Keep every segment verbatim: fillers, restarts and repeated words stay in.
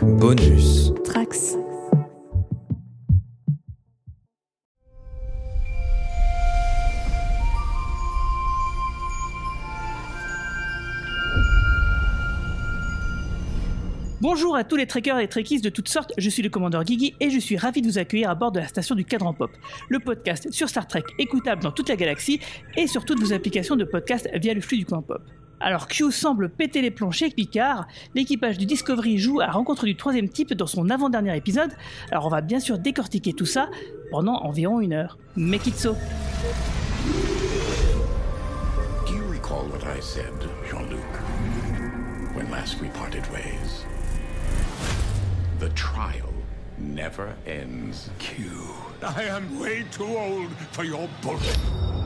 Bonus Trax. Bonjour à tous les trekkers et trekkies de toutes sortes, je suis le commandeur Guigui et je suis ravi de vous accueillir à bord de la station du Cadran Pop, le podcast sur Star Trek écoutable dans toute la galaxie et sur toutes vos applications de podcast via le flux du coin pop. Alors Q semble péter les plombs chez Picard, l'équipage du Discovery joue à la rencontre du troisième type dans son avant-dernier épisode, alors on va bien sûr décortiquer tout ça pendant environ une heure. Make it so. Do you recall what I said, Jean-Luc, when last we parted ways? The trial never ends. Q. I am way too old for your bullshit.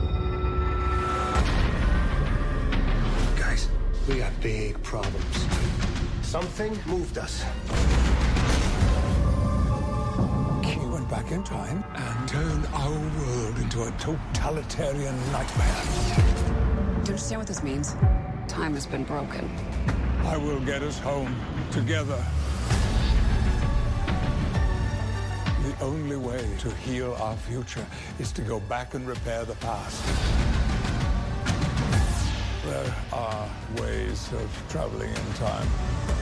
Guys, we got big problems. Something moved us. Q went back in time and turned our world into a totalitarian nightmare. Do you understand what this means? Time has been broken. I will get us home together. The only way to heal our future is to go back and repair the past. There are ways of traveling in time.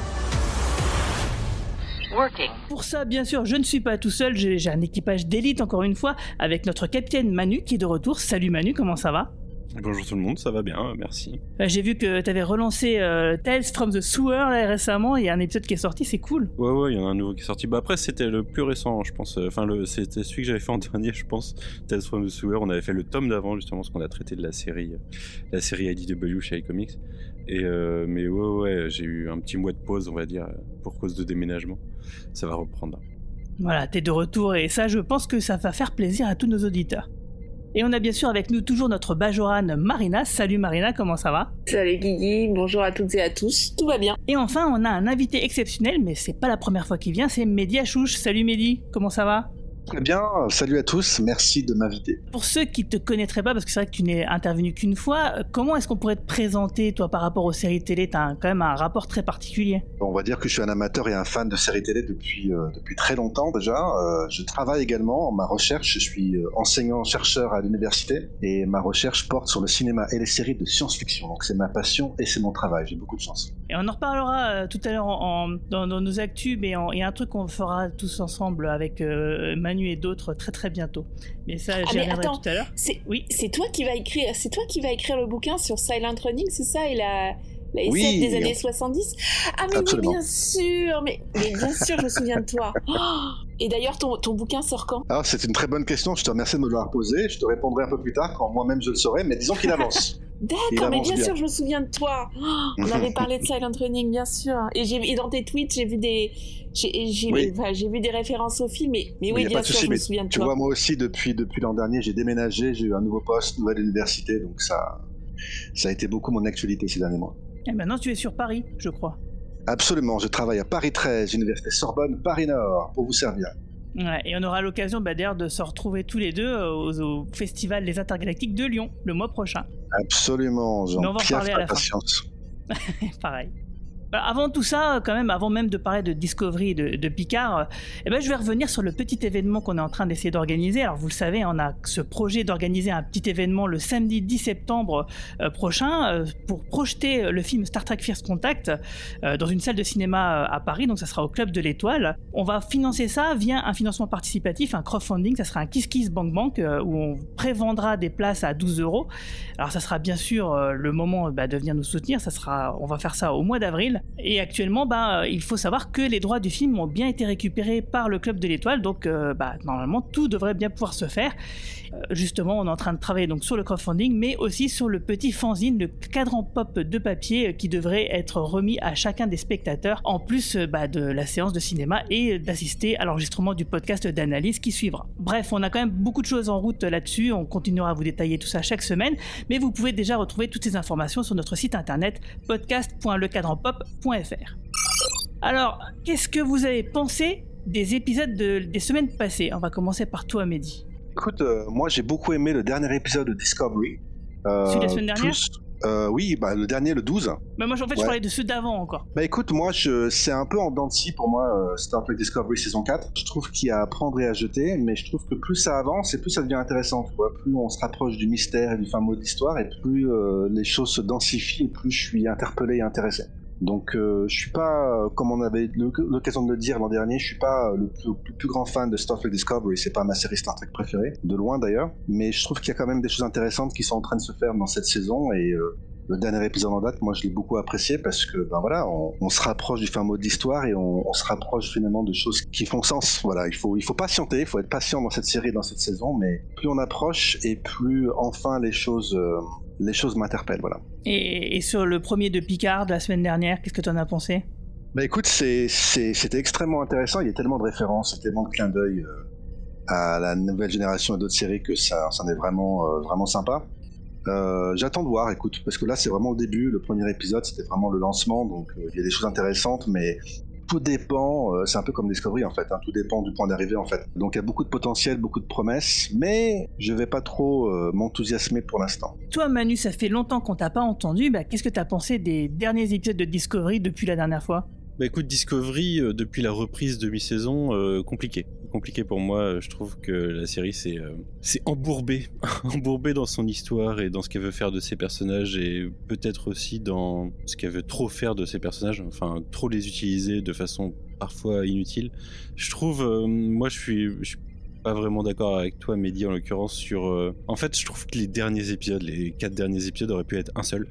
Working. Pour ça, bien sûr, je ne suis pas tout seul, j'ai, j'ai un équipage d'élite encore une fois, avec notre capitaine Manu qui est de retour. Salut Manu, comment ça va ? Bonjour tout le monde, ça va bien, merci. Bah, j'ai vu que tu avais relancé euh, Tales from the Sewer là, récemment, il y a un épisode qui est sorti, c'est cool. Ouais, ouais, il y en a un nouveau qui est sorti. Bah après, c'était le plus récent, je pense. Enfin, le, c'était celui que j'avais fait en dernier, je pense. Tales from the Sewer, on avait fait le tome d'avant, justement, parce qu'on a traité de la série, la série I D W chez iComics. Et euh, mais ouais, ouais, j'ai eu un petit mois de pause, on va dire, pour cause de déménagement. Ça va reprendre. Voilà, t'es de retour et ça, je pense que ça va faire plaisir à tous nos auditeurs. Et on a bien sûr avec nous toujours notre Bajorane Marina. Salut Marina, comment ça va ? Salut Guigui, bonjour à toutes et à tous, tout va bien. Et enfin, on a un invité exceptionnel, mais c'est pas la première fois qu'il vient, c'est Mehdi Achouch. Salut Mehdi, comment ça va ? Très bien, salut à tous, merci de m'inviter. Pour ceux qui te connaîtraient pas, parce que c'est vrai que tu n'es intervenu qu'une fois, comment est-ce qu'on pourrait te présenter, toi, par rapport aux séries télé ? T'as un, quand même un rapport très particulier. On va dire que je suis un amateur et un fan de séries télé depuis, euh, depuis très longtemps déjà. Euh, je travaille également en ma recherche, je suis enseignant-chercheur à l'université, et ma recherche porte sur le cinéma et les séries de science-fiction. Donc c'est ma passion et c'est mon travail, j'ai beaucoup de chance. Et on en reparlera euh, tout à l'heure en, en, dans, dans nos actus, mais il y a un truc qu'on fera tous ensemble avec euh, Manu et d'autres très très bientôt. Mais ça, j'y ah reviendrai attends, tout à l'heure. C'est, oui. c'est toi qui va écrire, c'est toi qui va écrire le bouquin sur Silent Running, c'est ça, et la, la S F oui, des années soixante-dix. Ah mais oui, bien sûr, mais, mais bien sûr, je me souviens de toi. Oh, et d'ailleurs, ton, ton bouquin sort quand ? Alors c'est une très bonne question, je te remercie de me l'avoir posée. Je te répondrai un peu plus tard quand moi-même je le saurai, mais disons qu'il avance. D'accord, mais bien, bien sûr, je me souviens de toi. Oh, on avait parlé de Silent Running, bien sûr. Et, j'ai, et dans tes tweets, j'ai vu des, j'ai, j'ai, oui. enfin, j'ai vu des références au film. Mais, mais oui, mais bien sûr, souci, je me souviens de tu toi. Tu vois, moi aussi, depuis, depuis l'an dernier, j'ai déménagé, j'ai eu un nouveau poste, nouvelle université, donc ça, ça a été beaucoup mon actualité ces derniers mois. Et maintenant, tu es sur Paris, je crois. Absolument, je travaille à Paris treize, Université Sorbonne, Paris Nord, pour vous servir. Ouais, et on aura l'occasion bah, d'ailleurs de se retrouver tous les deux au, au Festival Les Intergalactiques de Lyon le mois prochain. Absolument, j'en piaffe la patience. Pareil. Bah, avant tout ça, quand même, avant même de parler de Discovery et de, de Picard, euh, eh ben, je vais revenir sur le petit événement qu'on est en train d'essayer d'organiser. Alors vous le savez, on a ce projet d'organiser un petit événement le samedi dix septembre euh, prochain euh, pour projeter le film Star Trek First Contact euh, dans une salle de cinéma euh, à Paris, donc ça sera au Club de l'Étoile. On va financer ça via un financement participatif, un crowdfunding, ça sera un Kiss Kiss Bank Bank euh, où on prévendra des places à douze euros. Alors ça sera bien sûr euh, le moment bah, de venir nous soutenir, ça sera, on va faire ça au mois d'avril. Et actuellement, bah, il faut savoir que les droits du film ont bien été récupérés par le Club de l'Étoile, donc euh, bah, normalement tout devrait bien pouvoir se faire. Euh, justement, on est en train de travailler donc sur le crowdfunding, mais aussi sur le petit fanzine, le cadran pop de papier euh, qui devrait être remis à chacun des spectateurs, en plus euh, bah, de la séance de cinéma et d'assister à l'enregistrement du podcast d'analyse qui suivra. Bref, on a quand même beaucoup de choses en route là-dessus, on continuera à vous détailler tout ça chaque semaine, mais vous pouvez déjà retrouver toutes ces informations sur notre site internet podcast point le cadran pop point f r. Alors, qu'est-ce que vous avez pensé des épisodes de, des semaines passées ? On va commencer par toi, Mehdi. Écoute, euh, moi j'ai beaucoup aimé le dernier épisode de Discovery. Euh, Celui de la semaine dernière ? tous... Euh, oui, bah, le dernier, le douze. Bah moi, en fait, Ouais. je parlais de ceux d'avant encore. Bah écoute, moi, je, c'est un peu en dents de scie pour moi, euh, Star Trek Discovery saison quatre. Je trouve qu'il y a à prendre et à jeter, mais je trouve que plus ça avance et plus ça devient intéressant. Tu vois, plus on se rapproche du mystère et du fin mot de l'histoire, et plus euh, les choses se densifient, et plus je suis interpellé et intéressé. Donc euh, je suis pas, euh, comme on avait l'occasion de le dire l'an dernier, je suis pas le plus, le plus grand fan de Star Trek Discovery, c'est pas ma série Star Trek préférée, de loin d'ailleurs, mais je trouve qu'il y a quand même des choses intéressantes qui sont en train de se faire dans cette saison, et euh, le dernier épisode en date, moi je l'ai beaucoup apprécié parce que ben voilà, on, on se rapproche du fin mot de l'histoire et on, on se rapproche finalement de choses qui font sens. Voilà, il faut, il faut patienter, il faut être patient dans cette série, dans cette saison, mais plus on approche et plus enfin les choses, euh, les choses m'interpellent. Voilà. Et, et sur le premier de Picard de la semaine dernière, qu'est-ce que tu en as pensé? Bah écoute, c'est, c'est, c'était extrêmement intéressant. Il y a tellement de références, tellement de clins d'œil euh, à la nouvelle génération et d'autres séries que ça, ça en est vraiment, euh, vraiment sympa. Euh, j'attends de voir, écoute, parce que là c'est vraiment le début. Le premier épisode, c'était vraiment le lancement, donc euh, il y a des choses intéressantes, mais tout dépend. Euh, c'est un peu comme Discovery en fait. Hein, tout dépend du point d'arrivée en fait. Donc il y a beaucoup de potentiel, beaucoup de promesses, mais je vais pas trop euh, m'enthousiasmer pour l'instant. Toi, Manu, ça fait longtemps qu'on t'a pas entendu. Bah, qu'est-ce que t'as pensé des derniers épisodes de Discovery depuis la dernière fois? Bah écoute, Discovery, euh, depuis la reprise de mi-saison, euh, compliqué. Compliqué pour moi, je trouve que la série s'est euh, c'est embourbée. embourbée dans son histoire et dans ce qu'elle veut faire de ses personnages, et peut-être aussi dans ce qu'elle veut trop faire de ses personnages, enfin trop les utiliser de façon parfois inutile. Je trouve, euh, moi je suis... Je suis pas vraiment d'accord avec toi, Mehdi, en l'occurrence, sur... Euh... En fait, je trouve que les derniers épisodes, les quatre derniers épisodes auraient pu être un seul.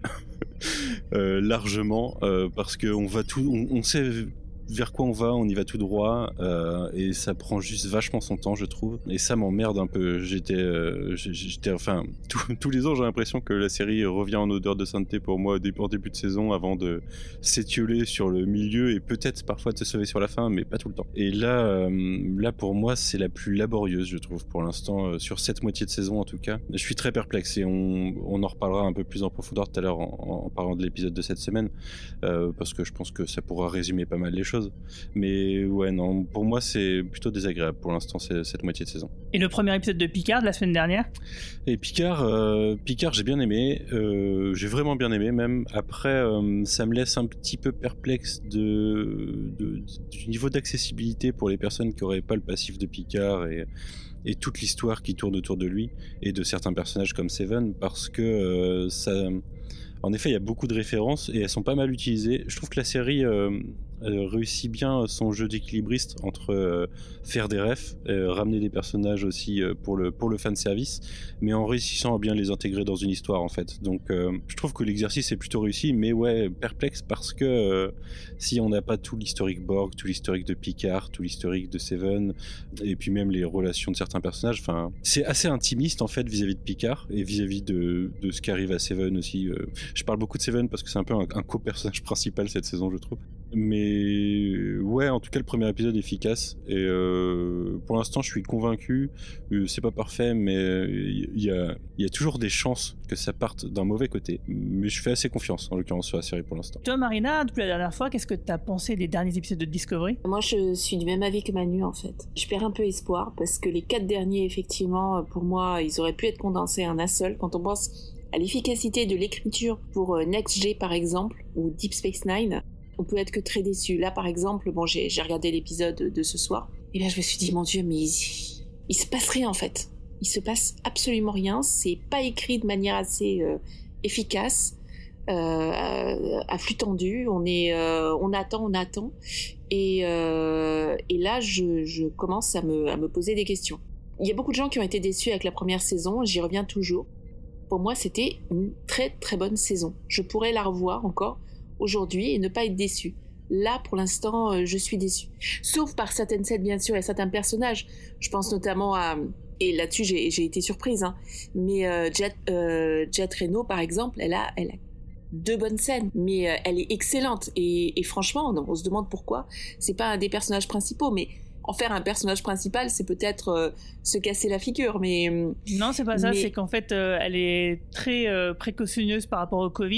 euh, largement, euh, parce qu'on va tout... On, on sait vers quoi on va, on y va tout droit, euh, et ça prend juste vachement son temps, je trouve. Et ça m'emmerde un peu. J'étais... Euh, j'étais enfin, tout, tous les ans, j'ai l'impression que la série revient en odeur de sainteté pour moi en début de saison, avant de s'étioler sur le milieu et peut-être parfois de se sauver sur la fin, mais pas tout le temps. Et là, euh, là pour moi, c'est la plus laborieuse, je trouve, pour l'instant, euh, sur cette moitié de saison en tout cas. Je suis très perplexe, et on, on en reparlera un peu plus en profondeur tout à l'heure en, en parlant de l'épisode de cette semaine, euh, parce que je pense que ça pourra résumer pas mal les choses. Mais ouais, non, pour moi, c'est plutôt désagréable pour l'instant, c'est, cette moitié de saison. Et le premier épisode de Picard de la semaine dernière? Et Picard, euh, Picard, j'ai bien aimé, euh, j'ai vraiment bien aimé même. Après, euh, ça me laisse un petit peu perplexe de, de, du niveau d'accessibilité pour les personnes qui n'auraient pas le passif de Picard et, et toute l'histoire qui tourne autour de lui et de certains personnages comme Seven, parce que euh, ça... En effet, il y a beaucoup de références et elles sont pas mal utilisées. Je trouve que la série euh, euh, réussit bien son jeu d'équilibriste entre euh, faire des refs, euh, ramener des personnages aussi euh, pour le pour le fanservice, mais en réussissant à bien les intégrer dans une histoire en fait. Donc euh, je trouve que l'exercice est plutôt réussi, mais ouais, perplexe parce que euh, si on n'a pas tout l'historique Borg, tout l'historique de Picard, tout l'historique de Seven, et puis même les relations de certains personnages, enfin, c'est assez intimiste en fait vis-à-vis de Picard et vis-à-vis de, de ce qui arrive à Seven aussi. Euh, je parle beaucoup de Seven parce que c'est un peu un, un co-personnage principal cette saison, je trouve. Mais ouais, en tout cas, le premier épisode est efficace et euh, pour l'instant, je suis convaincu. Euh, c'est pas parfait, mais il y, y a, il y a toujours des chances que ça parte d'un mauvais côté. Mais je fais assez confiance, en l'occurrence, sur la série pour l'instant. Toi, Marina, depuis la dernière fois, qu'est-ce que t'as pensé des derniers épisodes de Discovery? Moi, je suis du même avis que Manu, en fait. Je perds un peu espoir parce que les quatre derniers, effectivement, pour moi, ils auraient pu être condensés en un seul. Quand on pense à l'efficacité de l'écriture pour Next G, par exemple, ou Deep Space Nine, on peut être que très déçu. Là, par exemple, bon, j'ai, j'ai regardé l'épisode de ce soir, et là, je me suis dit, mon Dieu, mais il, il se passe rien, en fait. Il se passe absolument rien. C'est pas écrit de manière assez euh, efficace, euh, à flux tendu. On est, euh, on attend, on attend, et, euh, et là, je, je commence à me, à me poser des questions. Il y a beaucoup de gens qui ont été déçus avec la première saison. J'y reviens toujours. Pour moi, c'était une très très bonne saison. Je pourrais la revoir encore aujourd'hui et ne pas être déçue. Là, pour l'instant, euh, je suis déçue. Sauf par certaines scènes, bien sûr, et certains personnages. Je pense notamment à... Et là-dessus, j'ai, j'ai été surprise. Hein. Mais euh, Jet, euh, Jet Reno, par exemple, elle a, elle a deux bonnes scènes. Mais euh, elle est excellente. Et, et franchement, on, on se demande pourquoi. C'est pas un des personnages principaux, mais... En faire un personnage principal, c'est peut-être euh, se casser la figure, mais... Non, c'est pas ça, mais... c'est qu'en fait, euh, elle est très euh, précautionneuse par rapport au Covid,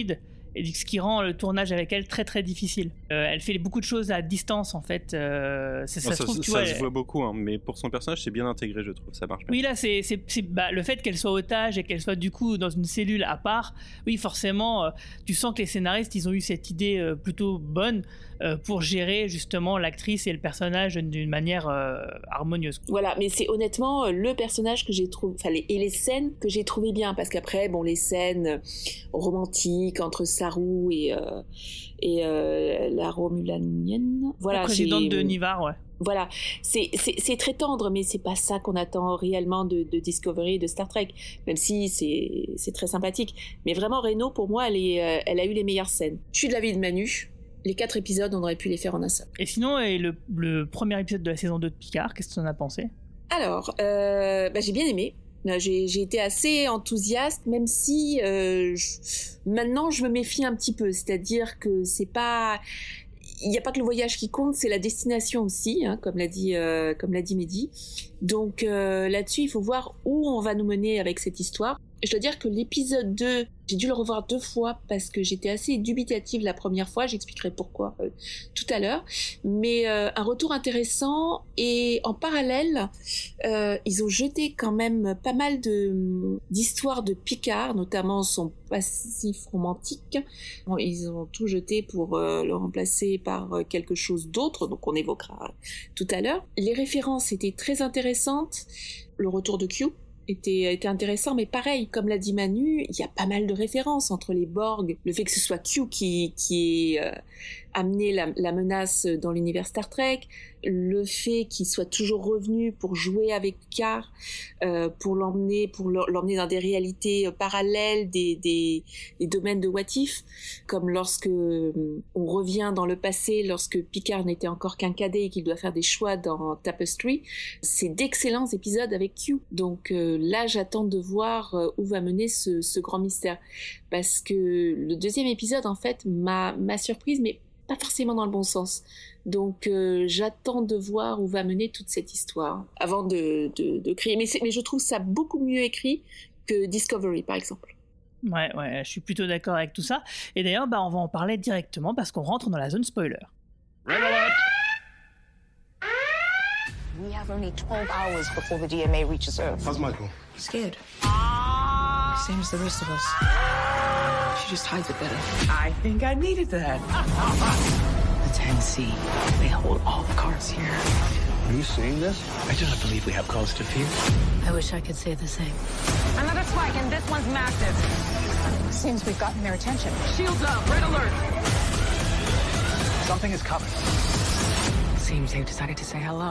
Et ce qui rend le tournage avec elle très très difficile. Euh, elle fait beaucoup de choses à distance en fait. Euh, ça, ça, ça, se, trouve, ça, tu ça vois, se elle... voit beaucoup, hein, mais pour son personnage, c'est bien intégré, je trouve. Ça marche bien. Oui, là, c'est, c'est, c'est bah, le fait qu'elle soit otage et qu'elle soit du coup dans une cellule à part. Oui, forcément, euh, tu sens que les scénaristes, ils ont eu cette idée euh, plutôt bonne euh, pour gérer justement l'actrice et le personnage d'une manière euh, harmonieuse. Voilà, mais c'est honnêtement le personnage que j'ai trouvé, enfin les, et les scènes que j'ai trouvé bien, parce qu'après, bon, les scènes romantiques entre Saru et euh, et euh, la Romulanienne, voilà, la présidente j'ai... de Nivar, ouais. Voilà, c'est, c'est, c'est très tendre, mais c'est pas ça qu'on attend réellement de, de Discovery et de Star Trek, même si c'est, c'est très sympathique. Mais vraiment, Reno, pour moi, elle, est, euh, elle a eu les meilleures scènes. Je suis de l'avis de Manu. Les quatre épisodes, on aurait pu les faire en un seul. Et sinon, et le, le premier épisode de la saison deux de Picard, qu'est-ce que tu en as pensé ? Alors, euh, bah, j'ai bien aimé. J'ai, j'ai été assez enthousiaste, même si euh, je, maintenant je me méfie un petit peu. C'est-à-dire que c'est pas... Il n'y a pas que le voyage qui compte, c'est la destination aussi, hein, comme l'a dit, euh, comme l'a dit Mehdi. Donc euh, là-dessus, il faut voir où on va nous mener avec cette histoire. Je dois dire que l'épisode deux, j'ai dû le revoir deux fois parce que j'étais assez dubitative la première fois. J'expliquerai pourquoi euh, tout à l'heure. Mais euh, un retour intéressant, et en parallèle, euh, ils ont jeté quand même pas mal de d'histoires de Picard, notamment son passif romantique. Bon, ils ont tout jeté pour euh, le remplacer par quelque chose d'autre, donc on évoquera tout à l'heure. Les références étaient très intéressantes. Le retour de Q était, était intéressant, mais pareil, comme l'a dit Manu, il y a pas mal de références entre les Borg, le fait que ce soit Q qui, qui ait euh, amené la, la menace dans l'univers Star Trek, le fait qu'il soit toujours revenu pour jouer avec Picard, euh, pour l'emmener, pour l'emmener dans des réalités parallèles, des, des, des domaines de what if, comme lorsque euh, on revient dans le passé, lorsque Picard n'était encore qu'un cadet et qu'il doit faire des choix dans Tapestry. C'est d'excellents épisodes avec Q. Donc euh, là, j'attends de voir euh, où va mener ce, ce grand mystère, parce que le deuxième épisode, en fait, m'a, m'a surprise, mais pas forcément dans le bon sens. Donc euh, j'attends de voir où va mener toute cette histoire avant de, de, de crier. Mais, c'est, mais je trouve ça beaucoup mieux écrit que Discovery, par exemple. Ouais, ouais, je suis plutôt d'accord avec tout ça. Et d'ailleurs, bah, on va en parler directement parce qu'on rentre dans la zone spoiler. Red alert! We have only twelve hours before the D M A reaches Earth. How's Michael? Scared. Same as the rest of us. She just hides it better. I think I needed that. The ten C. They hold all the cards here. Are you seeing this? I do not believe we have cause to fear. I wish I could say the same. Another spike, and this one's massive. Seems we've gotten their attention. Shields up, red alert. Something is coming. Seems they've decided to say hello.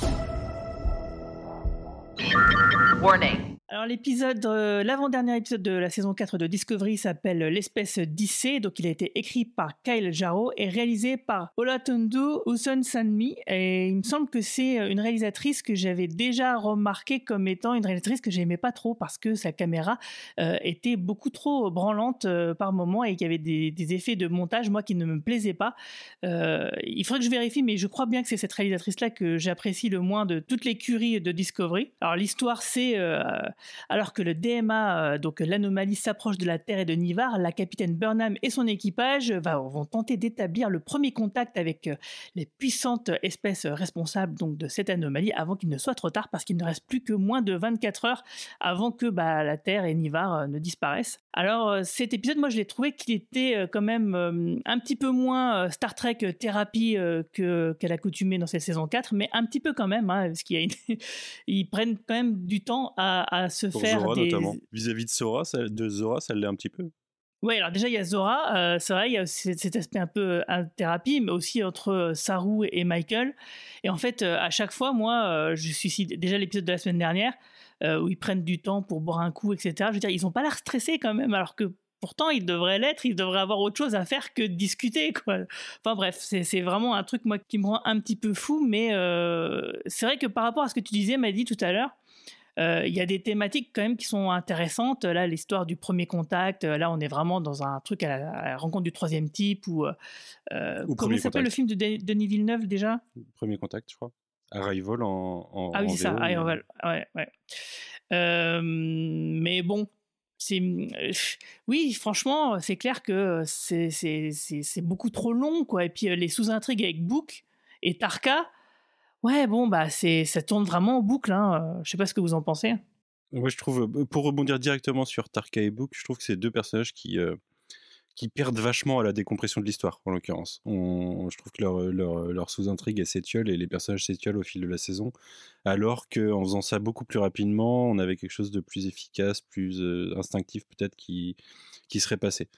Warning. Alors l'épisode, euh, l'avant-dernier épisode de la saison quatre de Discovery s'appelle L'espèce d'Issé, donc il a été écrit par Kyle Jarrow et réalisé par Olatunde Usunsanmi, et il me semble que c'est une réalisatrice que j'avais déjà remarqué comme étant une réalisatrice que j'aimais pas trop parce que sa caméra euh, était beaucoup trop branlante euh, par moment et qu'il y avait des, des effets de montage, moi, qui ne me plaisaient pas. Euh, il faudrait que je vérifie, mais je crois bien que c'est cette réalisatrice-là que j'apprécie le moins de toutes les curies de Discovery. Alors l'histoire, c'est... Euh, alors que le D M A, euh, donc l'anomalie, s'approche de la Terre et de Nivar, la capitaine Burnham et son équipage va, vont tenter d'établir le premier contact avec euh, les puissantes espèces responsables donc, de cette anomalie avant qu'il ne soit trop tard, parce qu'il ne reste plus que moins de vingt-quatre heures avant que bah, la Terre et Nivar euh, ne disparaissent. Alors euh, cet épisode, moi je l'ai trouvé qu'il était euh, quand même euh, un petit peu moins euh, Star Trek euh, thérapie euh, que, qu'à l'accoutumée dans cette saison quatre, mais un petit peu quand même, hein, parce qu'ils prennent quand même du temps à, à se Pour faire Zora, des... notamment. Vis-à-vis de Zora, ça, de Zora, ça l'est un petit peu. Oui, alors déjà il y a Zora, euh, c'est vrai, il y a cet aspect un peu euh, thérapie, mais aussi entre euh, Saru et Michael. Et en fait, euh, à chaque fois, moi, euh, je suis déjà l'épisode de la semaine dernière, euh, où ils prennent du temps pour boire un coup, et cetera. Je veux dire, ils n'ont pas l'air stressés quand même, alors que pourtant, ils devraient l'être, ils devraient avoir autre chose à faire que de discuter, quoi. Enfin bref, c'est, c'est vraiment un truc, moi, qui me rend un petit peu fou, mais euh, c'est vrai que par rapport à ce que tu disais, Mehdi, tout à l'heure, il euh, y a des thématiques quand même qui sont intéressantes. Là, l'histoire du premier contact, là, on est vraiment dans un truc à la, à la rencontre du troisième type. Ou, euh, ou comment s'appelle le film de Denis Villeneuve déjà ? Premier contact, je crois. Arrival en, en Ah oui, en c'est ça, V O, Arrival, mais... ouais, ouais. Euh, mais bon, c'est euh, oui, franchement, c'est clair que c'est, c'est, c'est, c'est beaucoup trop long, quoi. Et puis euh, les sous-intrigues avec Book et Tarka, ouais, bon, bah, c'est, ça tourne vraiment en boucle. Hein. Je sais pas ce que vous en pensez. Moi, je trouve, pour rebondir directement sur Tarka et Book, je trouve que c'est deux personnages qui, euh, qui perdent vachement à la décompression de l'histoire, en l'occurrence. On, je trouve que leur, leur, leur sous-intrigue est s'étiole et les personnages s'étiolent au fil de la saison, alors qu'en faisant ça beaucoup plus rapidement, on avait quelque chose de plus efficace, plus euh, instinctif peut-être qui, qui serait passé.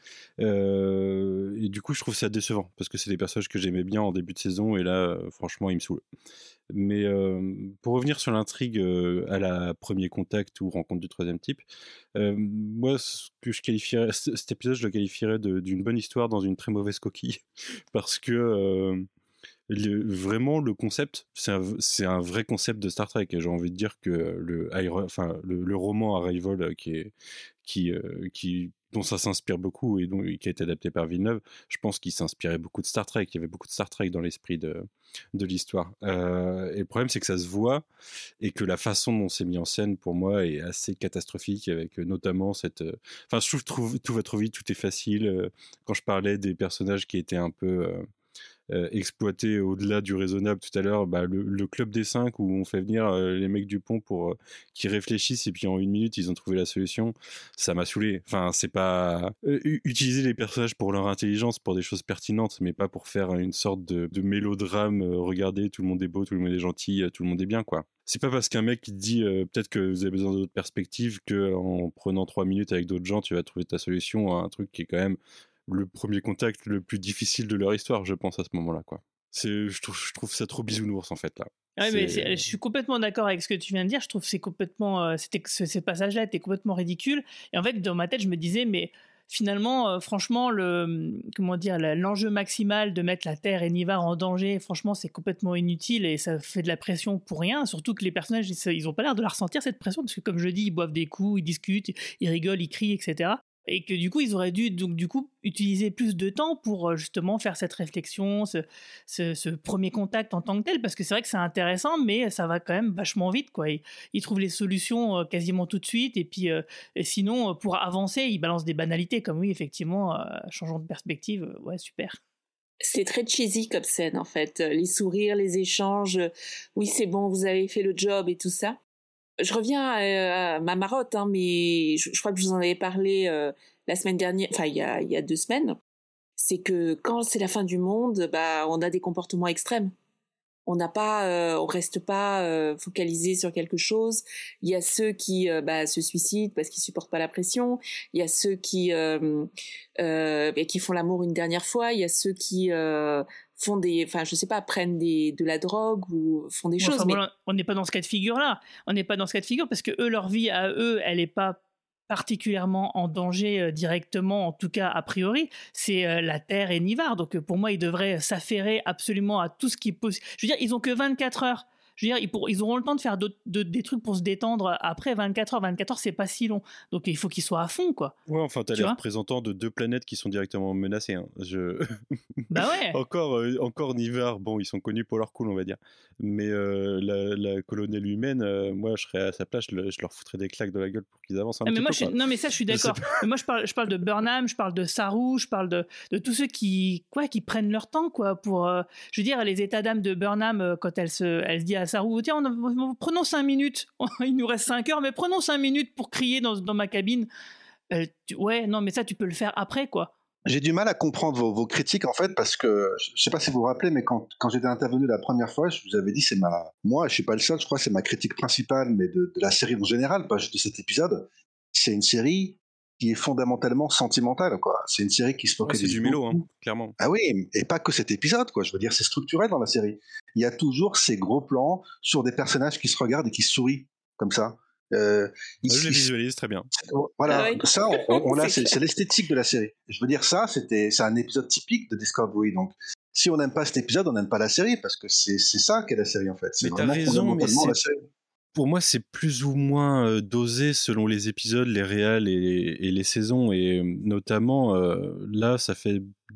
Euh, et du coup, je trouve ça décevant, parce que c'est des personnages que j'aimais bien en début de saison, et là, euh, franchement, ils me saoulent. Mais euh, pour revenir sur l'intrigue euh, à la premier contact ou rencontre du troisième type, euh, moi, ce que je qualifierais, cet épisode, je le qualifierais de, d'une bonne histoire dans une très mauvaise coquille, parce que euh, le, vraiment le concept, c'est un, c'est un vrai concept de Star Trek. Et j'ai envie de dire que le, enfin, le, le roman Arrival qui est, qui, euh, qui dont ça s'inspire beaucoup et donc, qui a été adapté par Villeneuve, je pense qu'il s'inspirait beaucoup de Star Trek. Il y avait beaucoup de Star Trek dans l'esprit de, de l'histoire. Euh, et le problème, c'est que ça se voit et que la façon dont c'est mis en scène, pour moi, est assez catastrophique, avec notamment cette... Enfin, euh, je trouve, trouve tout va trop vite, tout est facile. Euh, quand je parlais des personnages qui étaient un peu... Euh, Euh, exploité au-delà du raisonnable tout à l'heure, bah, le, le club des cinq où on fait venir euh, les mecs du pont pour euh, qu'ils réfléchissent et puis en une minute ils ont trouvé la solution, ça m'a saoulé. Enfin, c'est pas euh, utiliser les personnages pour leur intelligence, pour des choses pertinentes, mais pas pour faire une sorte de, de mélodrame. Euh, regardez, tout le monde est beau, tout le monde est gentil, euh, tout le monde est bien, quoi. C'est pas parce qu'un mec qui te dit euh, peut-être que vous avez besoin d'autres perspectives que en prenant trois minutes avec d'autres gens tu vas trouver ta solution à un truc qui est quand même le premier contact le plus difficile de leur histoire, je pense, à ce moment-là, quoi. C'est, je trouve, je trouve ça trop bisounours, en fait, là. Ouais, mais c'est, je suis complètement d'accord avec ce que tu viens de dire. Je trouve que c'est complètement, euh, c'était, ce, ce passage-là était complètement ridicule. Et en fait, dans ma tête, je me disais, mais finalement, euh, franchement, le, comment dire, l'enjeu maximal de mettre la Terre et Nivar en danger, franchement, c'est complètement inutile et ça fait de la pression pour rien. Surtout que les personnages, ils, ils ont pas l'air de la ressentir, cette pression, parce que comme je dis, ils boivent des coups, ils discutent, ils rigolent, ils crient, et cetera. Et que du coup, ils auraient dû donc du coup utiliser plus de temps pour justement faire cette réflexion, ce, ce, ce premier contact en tant que tel, parce que c'est vrai que c'est intéressant, mais ça va quand même vachement vite, quoi. Ils, ils trouvent les solutions quasiment tout de suite, et puis euh, et sinon, pour avancer, ils balancent des banalités, comme oui, effectivement, euh, changeons de perspective, ouais, super. C'est très cheesy comme scène, en fait. Les sourires, les échanges, oui, c'est bon, vous avez fait le job et tout ça. Je reviens à, à ma marotte, hein, mais je, je crois que je vous en avais parlé euh, la semaine dernière, enfin il y a, il y a deux semaines. C'est que quand c'est la fin du monde, bah on a des comportements extrêmes. On n'a pas, euh, on reste pas euh, focalisé sur quelque chose. Il y a ceux qui euh, bah, se suicident parce qu'ils supportent pas la pression. Il y a ceux qui euh, euh, qui font l'amour une dernière fois. Il y a ceux qui euh, font des, enfin je sais pas, prennent des, de la drogue ou font des bon, choses. Enfin, mais... voilà, on n'est pas dans ce cas de figure là. On n'est pas dans ce cas de figure parce que eux, leur vie à eux, elle n'est pas particulièrement en danger euh, directement, en tout cas a priori, c'est euh, la Terre et Nivar. Donc euh, pour moi, ils devraient s'affairer absolument à tout ce qui est possible. Je veux dire, ils ont que vingt-quatre heures. Je veux dire, ils, pour, ils auront le temps de faire de, des trucs pour se détendre après vingt-quatre heures. vingt-quatre heures, c'est pas si long. Donc il faut qu'ils soient à fond, quoi. Ouais, enfin, t'as les représentants de deux planètes qui sont directement menacées. Hein. Je... Bah ouais. encore, euh, encore Nivar, bon, ils sont connus pour leur cool, on va dire. Mais euh, la, la colonelle humaine, euh, moi, je serais à sa place, je, le, je leur foutrais des claques de la gueule pour qu'ils avancent un ah, petit mais moi, peu. Je suis, non, mais ça, je suis d'accord. Mais moi, je parle, je parle de Burnham, je parle de Saru, je parle de, de tous ceux qui, quoi, qui prennent leur temps, quoi, pour, euh, je veux dire, les états d'âme de Burnham, euh, quand elle se, elle se dit à Saru, tiens, on a, prenons cinq minutes, il nous reste cinq heures, mais prenons cinq minutes pour crier dans, dans ma cabine. Euh, tu, ouais, non, mais ça, tu peux le faire après, quoi. J'ai du mal à comprendre vos, vos critiques, en fait, parce que, je sais pas si vous vous rappelez, mais quand, quand j'étais intervenu la première fois, je vous avais dit, c'est ma, moi, je suis pas le seul, je crois que c'est ma critique principale, mais de, de la série en général, pas juste de cet épisode. C'est une série qui est fondamentalement sentimentale, quoi. C'est une série qui se focalise. Ouais, c'est du mélo, hein, clairement. Ah oui, et pas que cet épisode, quoi. Je veux dire, c'est structurel dans la série. Il y a toujours ces gros plans sur des personnages qui se regardent et qui sourient, comme ça. Euh, il, je le visualise très bien. Voilà, ah oui. ça, on, on a, c'est, c'est l'esthétique de la série. Je veux dire, ça, c'était, c'est un épisode typique de Discovery. Donc, si on n'aime pas cet épisode, on n'aime pas la série, parce que c'est, c'est ça qu'est la série, en fait. C'est mais t'as raison, mais c'est... la série. Pour moi, c'est plus ou moins euh, dosé selon les épisodes, les réals et, et les saisons. Et notamment, euh, là, ça fait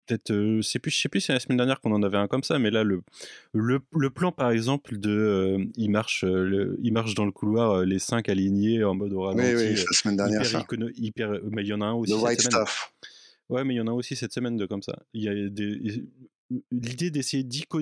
peut-être, euh, c'est plus, je sais plus si c'est la semaine dernière qu'on en avait un comme ça, mais là le le, le plan par exemple de, euh, il marche, euh, le, il marche dans le couloir, euh, les cinq alignés en mode au ralenti. Oui, oui, c'est la semaine dernière hyper, ça. Icono, hyper, mais il y en a un aussi. The cette right semaine. stuff. Ouais, mais il y en a aussi cette semaine de comme ça. Il y a des l'idée d'essayer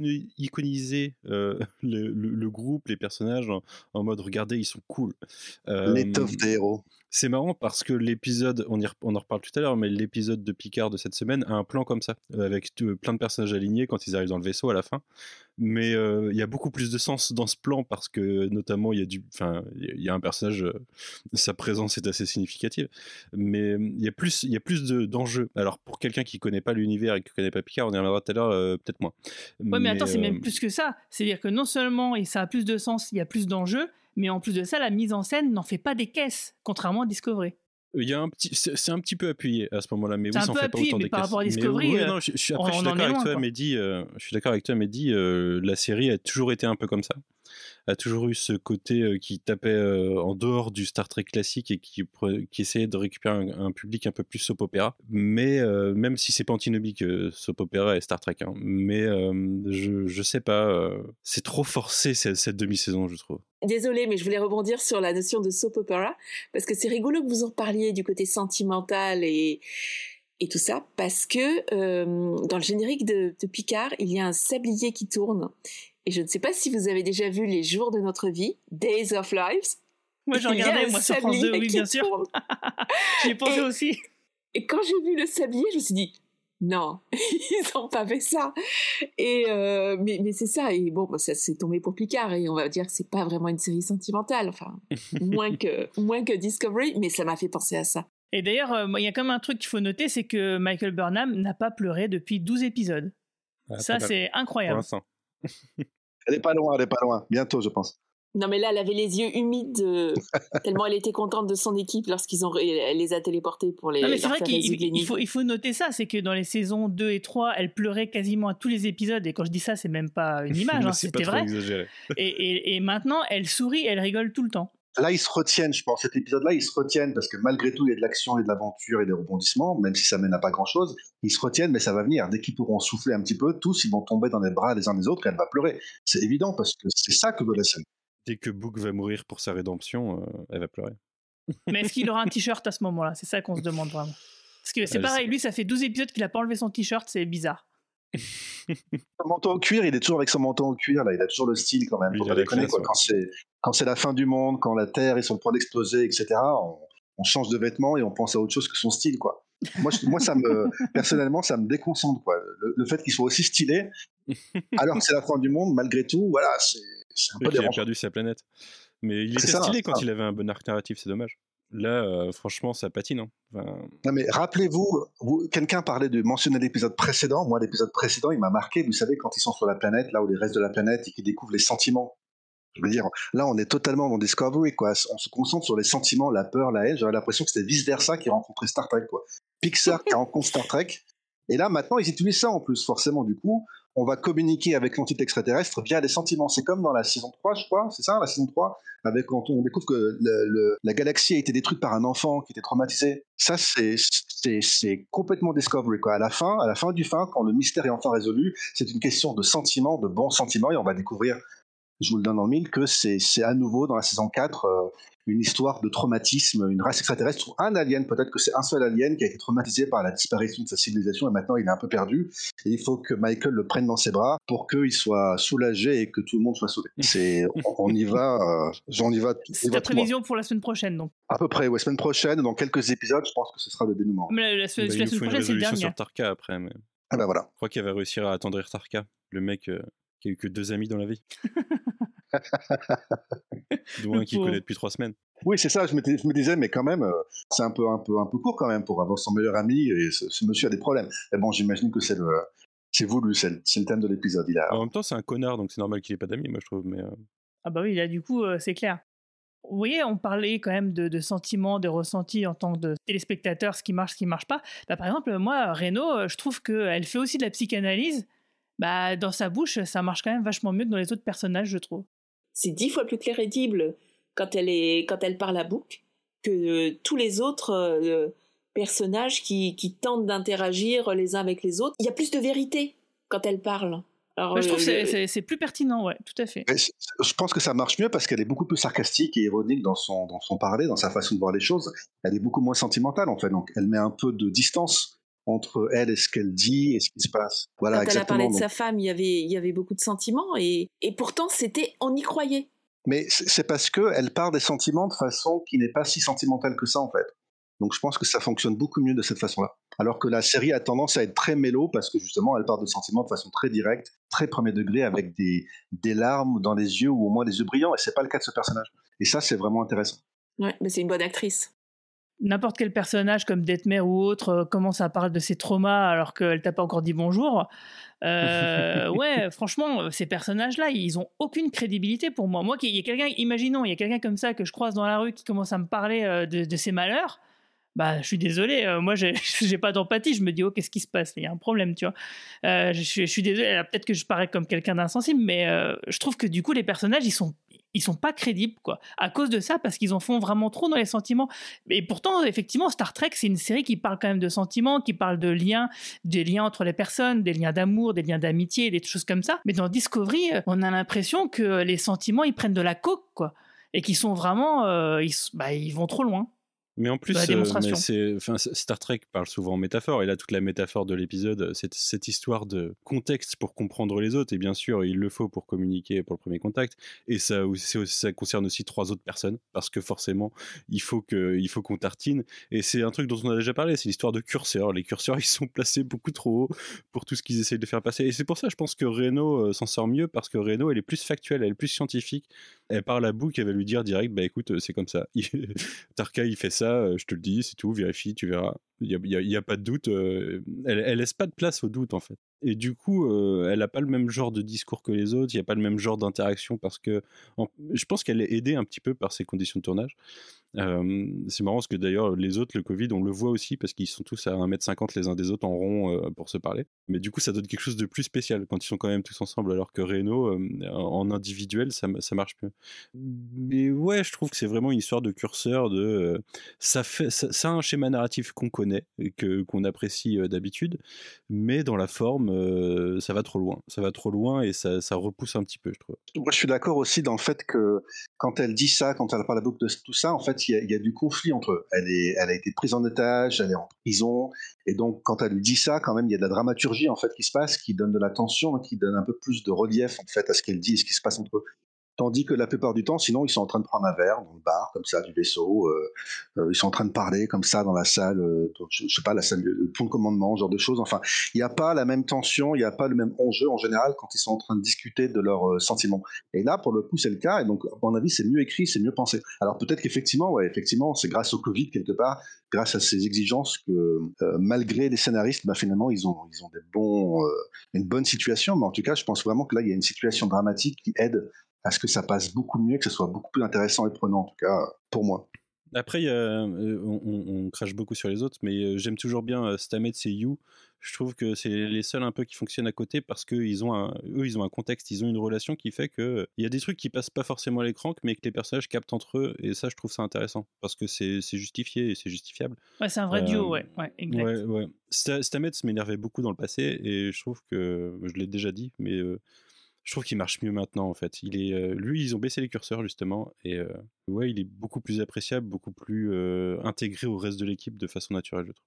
d'iconiser euh, le, le, le groupe, les personnages en, en mode regardez, ils sont cool. Euh, L'étoffe des héros. C'est marrant parce que l'épisode, on, y, on en reparle tout à l'heure, mais l'épisode de Picard de cette semaine a un plan comme ça, avec tout, plein de personnages alignés quand ils arrivent dans le vaisseau à la fin. Mais il euh, y a beaucoup plus de sens dans ce plan parce que notamment il y a du, enfin il y a un personnage, euh, sa présence est assez significative. Mais il y a plus, il y a plus de, d'enjeux. Alors pour quelqu'un qui connaît pas l'univers et qui connaît pas Picard, on y reviendra tout à l'heure, euh, peut-être moins. Ouais, mais, mais attends, euh... c'est même plus que ça. C'est-à-dire que non seulement ça a plus de sens, il y a plus d'enjeux. Mais en plus de ça, la mise en scène n'en fait pas des caisses, contrairement à Discovery. Il y a un petit, c'est, c'est un petit peu appuyé à ce moment-là, mais c'est oui, ça en fait appuyé, pas autant mais des par caisses. rapport à Discovery, mais, oui, euh, non, je, je suis, après, on, je suis on d'accord avec loin, toi, quoi. Mehdi. Euh, je suis d'accord avec toi, Mehdi. Euh, la série a toujours été un peu comme ça. A toujours eu ce côté euh, qui tapait euh, en dehors du Star Trek classique et qui, qui essayait de récupérer un, un public un peu plus soap opéra. Mais euh, même si c'est pas antinomique euh, soap opéra et Star Trek, hein, mais euh, je, je sais pas, euh, c'est trop forcé cette, cette demi-saison, je trouve. Désolée, mais je voulais rebondir sur la notion de soap opera, parce que c'est rigolo que vous en parliez du côté sentimental et, et tout ça, parce que euh, dans le générique de, de Picard, il y a un sablier qui tourne. Et je ne sais pas si vous avez déjà vu Les Jours de notre vie, Days of Lives. Moi, je regardais, moi, sur France deux, oui, bien sûr. J'y ai pensé et, aussi. Et quand j'ai vu le sablier, je me suis dit, non, ils n'ont pas fait ça. Et euh, mais, mais c'est ça. Et bon, bah, ça c'est tombé pour Picard. Et on va dire que c'est pas vraiment une série sentimentale. Enfin, moins que, moins que Discovery. Mais ça m'a fait penser à ça. Et d'ailleurs, il euh, y a quand même un truc qu'il faut noter, c'est que Michael Burnham n'a pas pleuré depuis douze épisodes. Ah, ça, c'est incroyable. Pour l'instant. Elle est pas loin, elle est pas loin. Bientôt, je pense. Non, mais là, elle avait les yeux humides euh, tellement elle était contente de son équipe lorsqu'ils ont, elle les a téléportés pour les. Non, mais c'est vrai qu'il il faut, il faut noter ça, c'est que dans les saisons deux et trois, elle pleurait quasiment à tous les épisodes. Et quand je dis ça, c'est même pas une image, hein, c'était vrai. Et, et, et maintenant, elle sourit, elle rigole tout le temps. Là, ils se retiennent, je pense. Cet épisode-là, ils se retiennent parce que malgré tout, il y a de l'action et de l'aventure et des rebondissements, même si ça mène à pas grand-chose. Ils se retiennent, mais ça va venir. Dès qu'ils pourront souffler un petit peu, tous, ils vont tomber dans les bras les uns des autres et elle va pleurer. C'est évident parce que c'est ça que veut la scène. Dès que Book va mourir pour sa rédemption, euh, elle va pleurer. Mais est-ce qu'il aura un t-shirt à ce moment-là ? C'est ça qu'on se demande vraiment. Parce que c'est elle pareil, sait. lui, ça fait douze épisodes qu'il a pas enlevé son t-shirt, c'est bizarre. Son manteau en cuir, il est toujours avec son manteau en cuir, là, il a toujours le style quand même. Faut pas déconner, quoi. Quand c'est, quand c'est la fin du monde, quand la Terre est sur le point d'exploser, et cetera, on, on change de vêtements et on pense à autre chose que son style, quoi. Moi, je, moi ça me, personnellement, ça me déconcentre, quoi. Le, le fait qu'il soit aussi stylé, alors que c'est la fin du monde, malgré tout, voilà, c'est, c'est un peu dérangeant. Il a perdu sa planète. Mais il était C'est ça, stylé ça. quand il avait un bon arc narratif, c'est dommage. Là, euh, franchement, ça patine. Hein. Enfin... Non mais rappelez-vous, vous, quelqu'un parlait de mentionner l'épisode précédent. Moi, l'épisode précédent, il m'a marqué. Vous savez, quand ils sont sur la planète, là où les restes de la planète, et qu'ils découvrent les sentiments. Je veux dire, là, on est totalement dans Discovery, quoi. On se concentre sur les sentiments, la peur, la haine. J'avais l'impression que c'était vice versa qui rencontrait Star Trek, quoi. Pixar qui rencontre Star Trek. Et là, maintenant, ils utilisent ça en plus, forcément. Du coup, on va communiquer avec l'entité extraterrestre via les sentiments. C'est comme dans la saison trois, je crois, c'est ça, la saison trois, avec quand on découvre que le, le, la galaxie a été détruite par un enfant qui était traumatisé. Ça, c'est, c'est, c'est complètement Discovery, quoi. À la fin, à la fin du fin, quand le mystère est enfin résolu, c'est une question de sentiments, de bons sentiments, et on va découvrir, je vous le donne en mille, que c'est, c'est à nouveau, dans la saison quatre, euh, une histoire de traumatisme, une race extraterrestre, ou un alien, peut-être que c'est un seul alien qui a été traumatisé par la disparition de sa civilisation, et maintenant il est un peu perdu, et il faut que Michael le prenne dans ses bras pour qu'il soit soulagé et que tout le monde soit sauvé. C'est, on, on y va, euh, j'en y va. C'est ta prévision pour la semaine prochaine, donc. À peu près, ouais, semaine prochaine, dans quelques épisodes, je pense que ce sera le dénouement. Mais la, la, la, bah, la semaine prochaine, c'est le dernier. Sur Tarka après, mais... Ah bah voilà. Je crois qu'il va réussir à attendrir Tarka, le mec euh, qui a eu que deux amis dans la vie. Dont un qu'il connaît depuis trois semaines. Oui, c'est ça, je, je me disais, mais quand même, euh, c'est un peu, un, peu, un peu court quand même pour avoir son meilleur ami, et ce, ce monsieur a des problèmes. Mais bon, j'imagine que c'est, le, c'est voulu, c'est le, c'est le thème de l'épisode. Il a... En même temps, c'est un connard, donc c'est normal qu'il ait pas d'amis, moi je trouve. Mais euh... Ah bah oui, là du coup, euh, c'est clair. Vous voyez, on parlait quand même de, de sentiments, de ressentis en tant que téléspectateur, ce qui marche, ce qui marche pas. Bah, par exemple, moi, Reno, je trouve qu'elle fait aussi de la psychanalyse. Bah, dans sa bouche, ça marche quand même vachement mieux que dans les autres personnages, je trouve. C'est dix fois plus clairidible quand elle, est, quand elle parle à Book que euh, tous les autres euh, personnages qui, qui tentent d'interagir les uns avec les autres. Il y a plus de vérité quand elles parlent. Alors, Ouais, je trouve que euh, c'est, c'est, c'est plus pertinent, ouais, tout à fait. Mais c- je pense que ça marche mieux parce qu'elle est beaucoup plus sarcastique et ironique dans son, dans son parler, dans sa façon de voir les choses. Elle est beaucoup moins sentimentale en fait, donc elle met un peu de distance entre elle et ce qu'elle dit et ce qui se passe. Voilà, quand elle a parlé exactement. de Donc- sa femme, il y avait, il y avait beaucoup de sentiments et, et pourtant, c'était, on y croyait. Mais c'est c'est parce qu'elle parle des sentiments de façon qui n'est pas si sentimentale que ça en fait. Donc je pense que ça fonctionne beaucoup mieux de cette façon-là. Alors que la série a tendance à être très mélo parce que justement elle parle de sentiments de façon très directe, très premier degré, avec des, des larmes dans les yeux ou au moins des yeux brillants, et c'est pas le cas de ce personnage. Et ça c'est vraiment intéressant. Ouais, mais c'est une bonne actrice. N'importe quel personnage comme Detmer ou autre euh, commence à parler de ses traumas alors qu'elle t'a pas encore dit bonjour. Euh, ouais, franchement, ces personnages-là, ils ont aucune crédibilité pour moi. Moi, il y a quelqu'un, imaginons, il y a quelqu'un comme ça que je croise dans la rue qui commence à me parler euh, de, de ses malheurs. Bah, je suis désolé, euh, moi j'ai, j'ai pas d'empathie, je me dis oh qu'est-ce qui se passe, il y a un problème, tu vois. Euh, je, suis- je suis désolé, alors, peut-être que je parais comme quelqu'un d'insensible, mais euh, je trouve que du coup les personnages ils sont ils sont pas crédibles quoi, à cause de ça parce qu'ils en font vraiment trop dans les sentiments. Et pourtant effectivement Star Trek c'est une série qui parle quand même de sentiments, qui parle de liens, des liens entre les personnes, des liens d'amour, des liens d'amitié, des choses comme ça. Mais dans Discovery, euh, on a l'impression que les sentiments ils prennent de la coke quoi, et qu'ils sont vraiment, euh, ils, bah, ils vont trop loin. Mais en plus, Dans la euh, démonstration. mais c'est, enfin, c- Star Trek parle souvent en métaphore, et là, toute la métaphore de l'épisode, c'est cette histoire de contexte pour comprendre les autres, et bien sûr, il le faut pour communiquer pour le premier contact, et ça, aussi- c'est aussi- ça concerne aussi trois autres personnes, parce que forcément, il faut, que, il faut qu'on tartine, et c'est un truc dont on a déjà parlé, c'est l'histoire de curseurs. Les curseurs, ils sont placés beaucoup trop haut pour tout ce qu'ils essayent de faire passer, et c'est pour ça, je pense que Reno euh, s'en sort mieux, parce que Reno, elle est plus factuelle, elle est plus scientifique, elle parle à Book, elle va lui dire direct, bah écoute, c'est comme ça, Tarka, il fait ça, euh, je te le dis, c'est tout, vérifie, tu verras. Il n'y a, il y a- il y a pas de doute. euh, elle, elle laisse pas de place au doute, en fait. Et du coup, euh, elle n'a pas le même genre de discours que les autres, il n'y a pas le même genre d'interaction, parce que en- je pense qu'elle est aidée un petit peu par ses conditions de tournage. Euh, c'est marrant parce que d'ailleurs, les autres, le Covid, on le voit aussi parce qu'ils sont tous à un mètre cinquante les uns des autres en rond euh, pour se parler. Mais du coup, ça donne quelque chose de plus spécial quand ils sont quand même tous ensemble, alors que Reno, euh, en individuel, ça, ça marche mieux. Mais ouais, je trouve que c'est vraiment une histoire de curseur, de, euh, ça, fait, ça, ça a un schéma narratif qu'on connaît, et que, qu'on apprécie euh, d'habitude, mais dans la forme, euh, ça va trop loin. Ça va trop loin et ça, ça repousse un petit peu, je trouve. Moi, je suis d'accord aussi dans le fait que quand elle dit ça, quand elle parle à Book de tout ça, en fait, il y, a- il y a du conflit entre eux. Elle, est, elle a été prise en otage, elle est en prison, et donc quand elle lui dit ça, quand même, il y a de la dramaturgie en fait qui se passe, qui donne de la tension, qui donne un peu plus de relief en fait à ce qu'elle dit et ce qui se passe entre eux. Tandis que la plupart du temps, sinon, ils sont en train de prendre un verre dans le bar, comme ça, du vaisseau. Euh, euh, ils sont en train de parler comme ça dans la salle, euh, je, je sais pas, la salle, le pont de commandement, ce genre de choses. Enfin, il n'y a pas la même tension, il n'y a pas le même enjeu en général quand ils sont en train de discuter de leurs euh, sentiments. Et là, pour le coup, c'est le cas. Et donc, à mon avis, c'est mieux écrit, c'est mieux pensé. Alors peut-être qu'effectivement, ouais, effectivement, c'est grâce au Covid quelque part, grâce à ces exigences que, euh, malgré les scénaristes, bah, finalement, ils ont, ils ont des bons, euh, une bonne situation. Mais en tout cas, je pense vraiment que là, il y a une situation dramatique qui aide à ce que ça passe beaucoup mieux, que ce soit beaucoup plus intéressant et prenant, en tout cas, pour moi. Après, il y a, euh, on, on- on crache beaucoup sur les autres, mais euh, j'aime toujours bien euh, Stamets et You. Je trouve que c'est les seuls un peu qui fonctionnent à côté parce qu'ils ont un, eux, ils ont un contexte, ils ont une relation qui fait que euh, il y a des trucs qui passent pas forcément à l'écran, mais que les personnages captent entre eux. Et ça, je trouve ça intéressant parce que c'est c'est justifié et c'est justifiable. Ouais, c'est un vrai Euh, duo, ouais, ouais, exact. Ouais, ouais. Sta- Stamets m'énervait beaucoup dans le passé et je trouve que, je l'ai déjà dit, mais euh, je trouve qu'il marche mieux maintenant en fait. Il est, euh, lui, ils ont baissé les curseurs justement et euh, ouais, il est beaucoup plus appréciable, beaucoup plus euh, intégré au reste de l'équipe de façon naturelle, je trouve.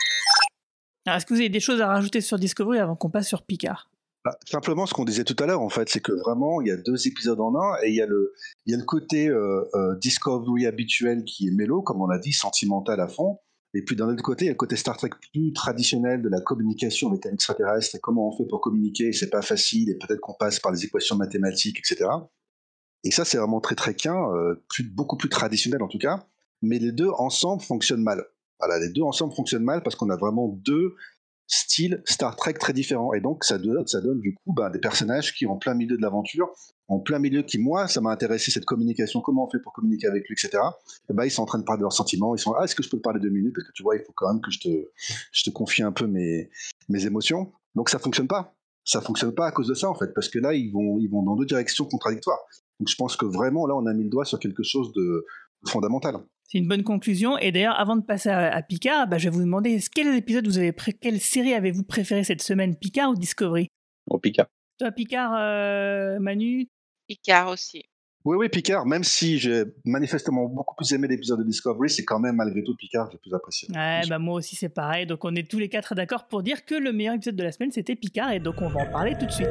Alors, est-ce que vous avez des choses à rajouter sur Discovery avant qu'on passe sur Picard? Bah, simplement, ce qu'on disait tout à l'heure, en fait, c'est que vraiment, il y a deux épisodes en un, et il y a le, il y a le côté euh, euh, Discovery habituel qui est mélo, comme on l'a dit, sentimental à fond. Et puis d'un autre côté, il y a le côté Star Trek plus traditionnel de la communication avec un extraterrestre, et comment on fait pour communiquer, et c'est pas facile, et peut-être qu'on passe par les équations mathématiques, et cetera. Et ça, c'est vraiment très trekien, euh, plus, beaucoup plus traditionnel en tout cas. Mais les deux ensemble fonctionnent mal. Voilà, les deux ensemble fonctionnent mal parce qu'on a vraiment deux styles Star Trek très différents. Et donc, ça donne, ça donne du coup bah, des personnages qui, en plein milieu de l'aventure, en plein milieu qui, moi, ça m'a intéressé, cette communication, comment on fait pour communiquer avec lui, et cetera. Et bah, ils sont en train de parler de leurs sentiments. Ils sont, ah, est-ce que je peux te parler deux minutes? Parce que tu vois, il faut quand même que je te, je te confie un peu mes, mes émotions. Donc, ça fonctionne pas. Ça fonctionne pas à cause de ça, en fait, parce que là, ils vont, ils vont dans deux directions contradictoires. Donc je pense que vraiment, là, on a mis le doigt sur quelque chose de, fondamentale. C'est une bonne conclusion. Et d'ailleurs, avant de passer à, à Picard, bah, je vais vous demander quel épisode vous avez pré- quelle série avez-vous préféré cette semaine, Picard ou Discovery? Oh, Picard. Toi, Picard, euh, Manu? Picard aussi. Oui, oui, Picard, même si j'ai manifestement beaucoup plus aimé l'épisode de Discovery, c'est quand même malgré tout Picard que j'ai plus apprécié. Ouais, bah moi aussi c'est pareil. Donc on est tous les quatre d'accord pour dire que le meilleur épisode de la semaine c'était Picard et donc on va en parler tout de suite.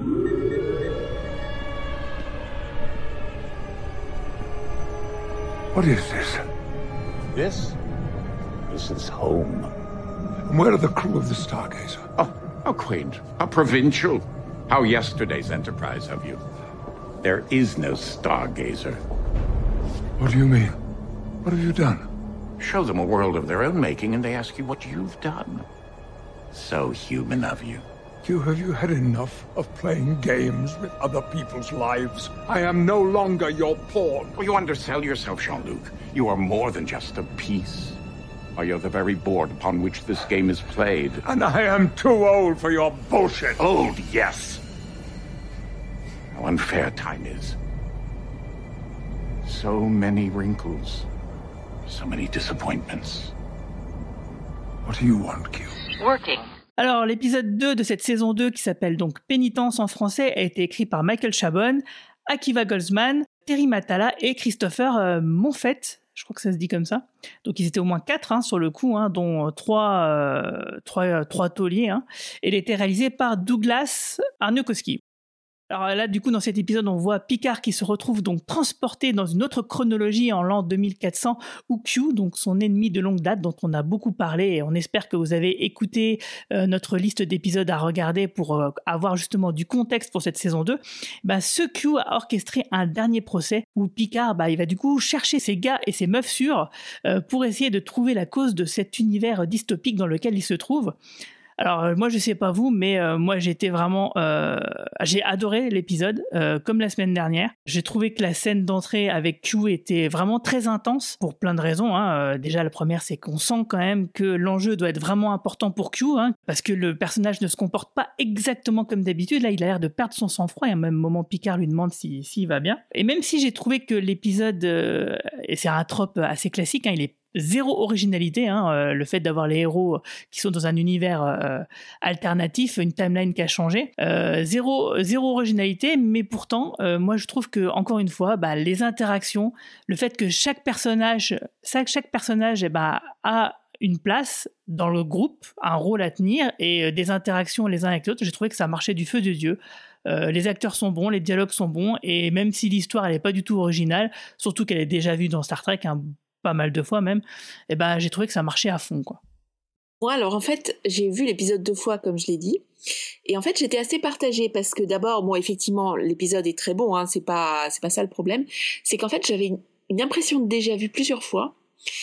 What is this? This? This is home. And where are the crew of the Stargazer? Oh, how quaint. How provincial. How yesterday's Enterprise of you. There is no Stargazer. What do you mean? What have you done? Show them a world of their own making and they ask you what you've done. So human of you. Q, have you had enough of playing games with other people's lives? I am no longer your pawn. Well, you undersell yourself, Jean-Luc. You are more than just a piece. Or you're the very board upon which this game is played. And I am too old for your bullshit. Old, yes. How unfair time is. So many wrinkles. So many disappointments. What do you want, Q? Working. Alors l'épisode deux de cette saison deux qui s'appelle donc Pénitence en français a été écrit par Michael Chabon, Akiva Goldsman, Terry Matala et Christopher euh, Monfette. Je crois que ça se dit comme ça. Donc ils étaient au moins quatre hein, sur le coup, hein, dont euh, trois, euh, trois, euh, trois tauliers. Hein. Et il était réalisé par Douglas Arnukowski. Alors là, du coup, dans cet épisode, on voit Picard qui se retrouve donc transporté dans une autre chronologie en l'an deux mille quatre cents, où Q, donc son ennemi de longue date, dont on a beaucoup parlé, et on espère que vous avez écouté euh, notre liste d'épisodes à regarder pour euh, avoir justement du contexte pour cette saison deux, bah, ce Q a orchestré un dernier procès où Picard, bah, il va du coup chercher ses gars et ses meufs sûrs euh, pour essayer de trouver la cause de cet univers dystopique dans lequel il se trouve. Alors euh, moi je sais pas vous, mais euh, moi j'étais vraiment, euh, j'ai adoré l'épisode, euh, comme la semaine dernière. J'ai trouvé que la scène d'entrée avec Q était vraiment très intense pour plein de raisons. Hein. Euh, déjà la première c'est qu'on sent quand même que l'enjeu doit être vraiment important pour Q, hein, parce que le personnage ne se comporte pas exactement comme d'habitude. Là il a l'air de perdre son sang-froid et à un même moment Picard lui demande s'il si, si va bien. Et même si j'ai trouvé que l'épisode, euh, et c'est un trope assez classique, hein, il est zéro originalité, hein, euh, le fait d'avoir les héros qui sont dans un univers euh, alternatif, une timeline qui a changé, euh, zéro, zéro originalité, mais pourtant, euh, moi je trouve que encore une fois, bah, les interactions, le fait que chaque personnage, chaque, chaque personnage, eh bah, a une place dans le groupe, un rôle à tenir et euh, des interactions les uns avec les autres, j'ai trouvé que ça marchait du feu de Dieu. Euh, les acteurs sont bons, les dialogues sont bons, et même si l'histoire elle est pas du tout originale, surtout qu'elle est déjà vue dans Star Trek, hein, pas mal de fois même, et ben j'ai trouvé que ça marchait à fond, quoi. Moi, alors en fait, j'ai vu l'épisode deux fois, comme je l'ai dit, et en fait, j'étais assez partagée parce que d'abord, bon, effectivement, l'épisode est très bon, hein, c'est pas, c'est pas ça le problème, c'est qu'en fait, j'avais une, une impression de déjà vu plusieurs fois,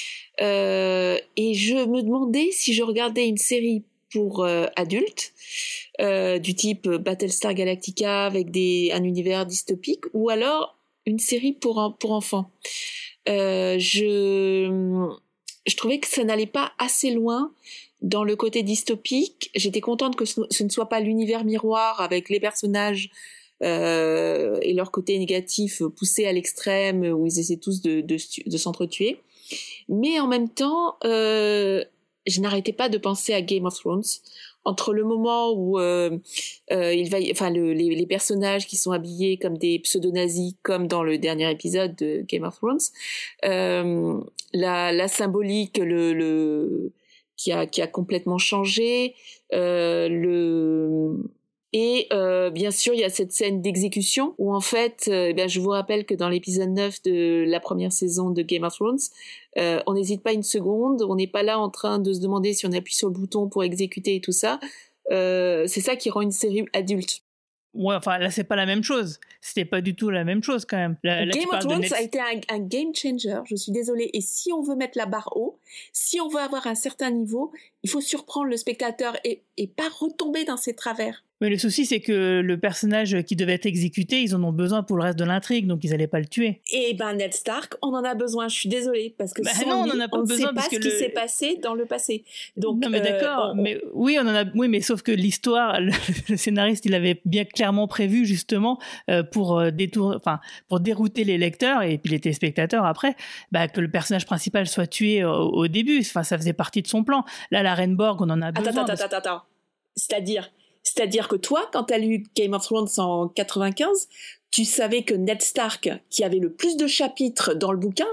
euh, et je me demandais si je regardais une série pour euh, adultes, euh, du type Battlestar Galactica avec des, un univers dystopique, ou alors une série pour, pour enfants. Euh, je, je trouvais que ça n'allait pas assez loin dans le côté dystopique. J'étais contente que ce, ce ne soit pas l'univers miroir avec les personnages euh, et leur côté négatif poussé à l'extrême où ils essaient tous de, de, de s'entretuer. Mais en même temps, euh, je n'arrêtais pas de penser à Game of Thrones. Entre le moment où euh, euh, il va, enfin le, les, les personnages qui sont habillés comme des pseudo-nazis, comme dans le dernier épisode de Game of Thrones, euh, la, la symbolique, le, le qui a qui a complètement changé, euh, le et euh, bien sûr il y a cette scène d'exécution où en fait, euh, ben, je vous rappelle que dans l'épisode neuf de la première saison de Game of Thrones, Euh, on n'hésite pas une seconde, on n'est pas là en train de se demander si on appuie sur le bouton pour exécuter et tout ça. Euh, c'est ça qui rend une série adulte. Ouais, enfin là c'est pas la même chose. C'était pas du tout la même chose quand même. Là, là, Game of Thrones Net... a été un, un game changer. Je suis désolée. Et si on veut mettre la barre haut, si on veut avoir un certain niveau, Il faut surprendre le spectateur et, et pas retomber dans ses travers. Mais le souci, c'est que le personnage qui devait être exécuté, ils en ont besoin pour le reste de l'intrigue, donc ils allaient pas le tuer. Et ben Ned Stark, on en a besoin. Je suis désolée parce que bah sans non, lui, on en a pas on ne besoin sait parce pas que ce qui le... s'est passé dans le passé. Donc, non mais euh, d'accord, on... mais oui, on en a, oui, mais sauf que l'histoire, le, le scénariste, il avait bien clairement prévu justement euh, pour euh, détour, enfin pour dérouter les lecteurs et puis les téléspectateurs après, bah, que le personnage principal soit tué au, au début. Enfin, ça faisait partie de son plan. Là, la Reine Borg, on en a besoin. Attends, attends, parce... attends, attends. C'est-à-dire. C'est-à-dire que toi, quand tu as lu Game of Thrones en quatre-vingt-quinze, tu savais que Ned Stark, qui avait le plus de chapitres dans le bouquin,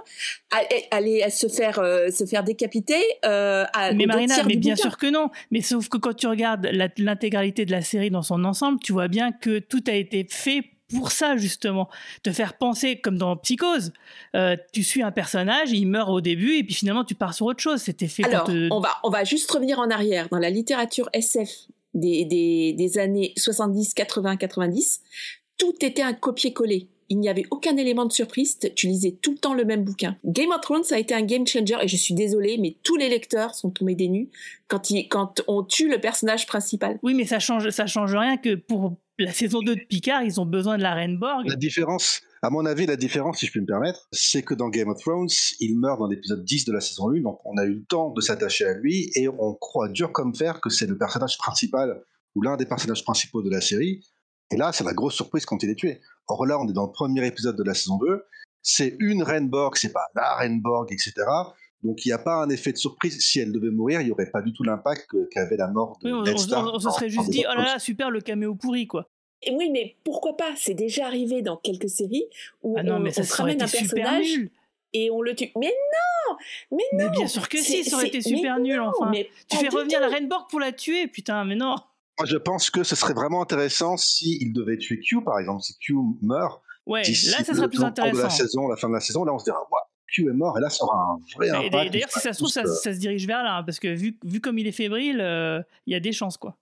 allait se faire, euh, se faire décapiter euh, à Mais Marina, mais bien bouquin. sûr que non. Mais sauf que quand tu regardes la, l'intégralité de la série dans son ensemble, tu vois bien que tout a été fait pour ça, justement. Te faire penser, comme dans Psychose, euh, tu suis un personnage, il meurt au début, et puis finalement, tu pars sur autre chose. C'était fait Alors, pour te... on va, on va juste revenir en arrière. Dans la littérature S F des, des, des années soixante-dix, quatre-vingts, quatre-vingt-dix, tout était un copier-coller. Il n'y avait aucun élément de surprise, tu lisais tout le temps le même bouquin. Game of Thrones, ça a été un game changer, et je suis désolée, mais tous les lecteurs sont tombés des nues quand, il, quand on tue le personnage principal. Oui, mais ça change, ça change rien que pour la saison deux de Picard, ils ont besoin de la Reine Borg. La différence, à mon avis, la différence, si je puis me permettre, c'est que dans Game of Thrones, il meurt dans l'épisode dix de la saison un, donc on a eu le temps de s'attacher à lui, et on croit dur comme fer que c'est le personnage principal, ou l'un des personnages principaux de la série. Et là, c'est la grosse surprise quand il est tué. Or là, on est dans le premier épisode de la saison deux. C'est une Reine Borg, c'est pas la Reine Borg, et cetera. Donc il n'y a pas un effet de surprise. Si elle devait mourir, il n'y aurait pas du tout l'impact qu'avait la mort de oui, on, Ned on, Stark. on, on se serait juste dit, oh là là, super, le caméo pourri, quoi. Et oui, mais pourquoi pas? C'est déjà arrivé dans quelques séries où ah non, on, mais ça on te ramène un personnage nul. et on le tue. Mais non, mais non. Mais bien sûr que si, ça aurait été c'est, super nul, non, enfin. Tu fais revenir tout. la Reine Borg pour la tuer, putain, mais non. Moi, je pense que ce serait vraiment intéressant s'il devait tuer Q, par exemple, si Q meurt. Ouais, là, ça serait plus intéressant. De la saison, la fin de la saison, là, on se dira, ouais, Q est mort, et là, ça aura un vrai et impact. D'ailleurs, si ça se trouve, ça, ça se dirige vers là, hein, parce que vu, vu comme il est fébrile, il euh, y a des chances, quoi.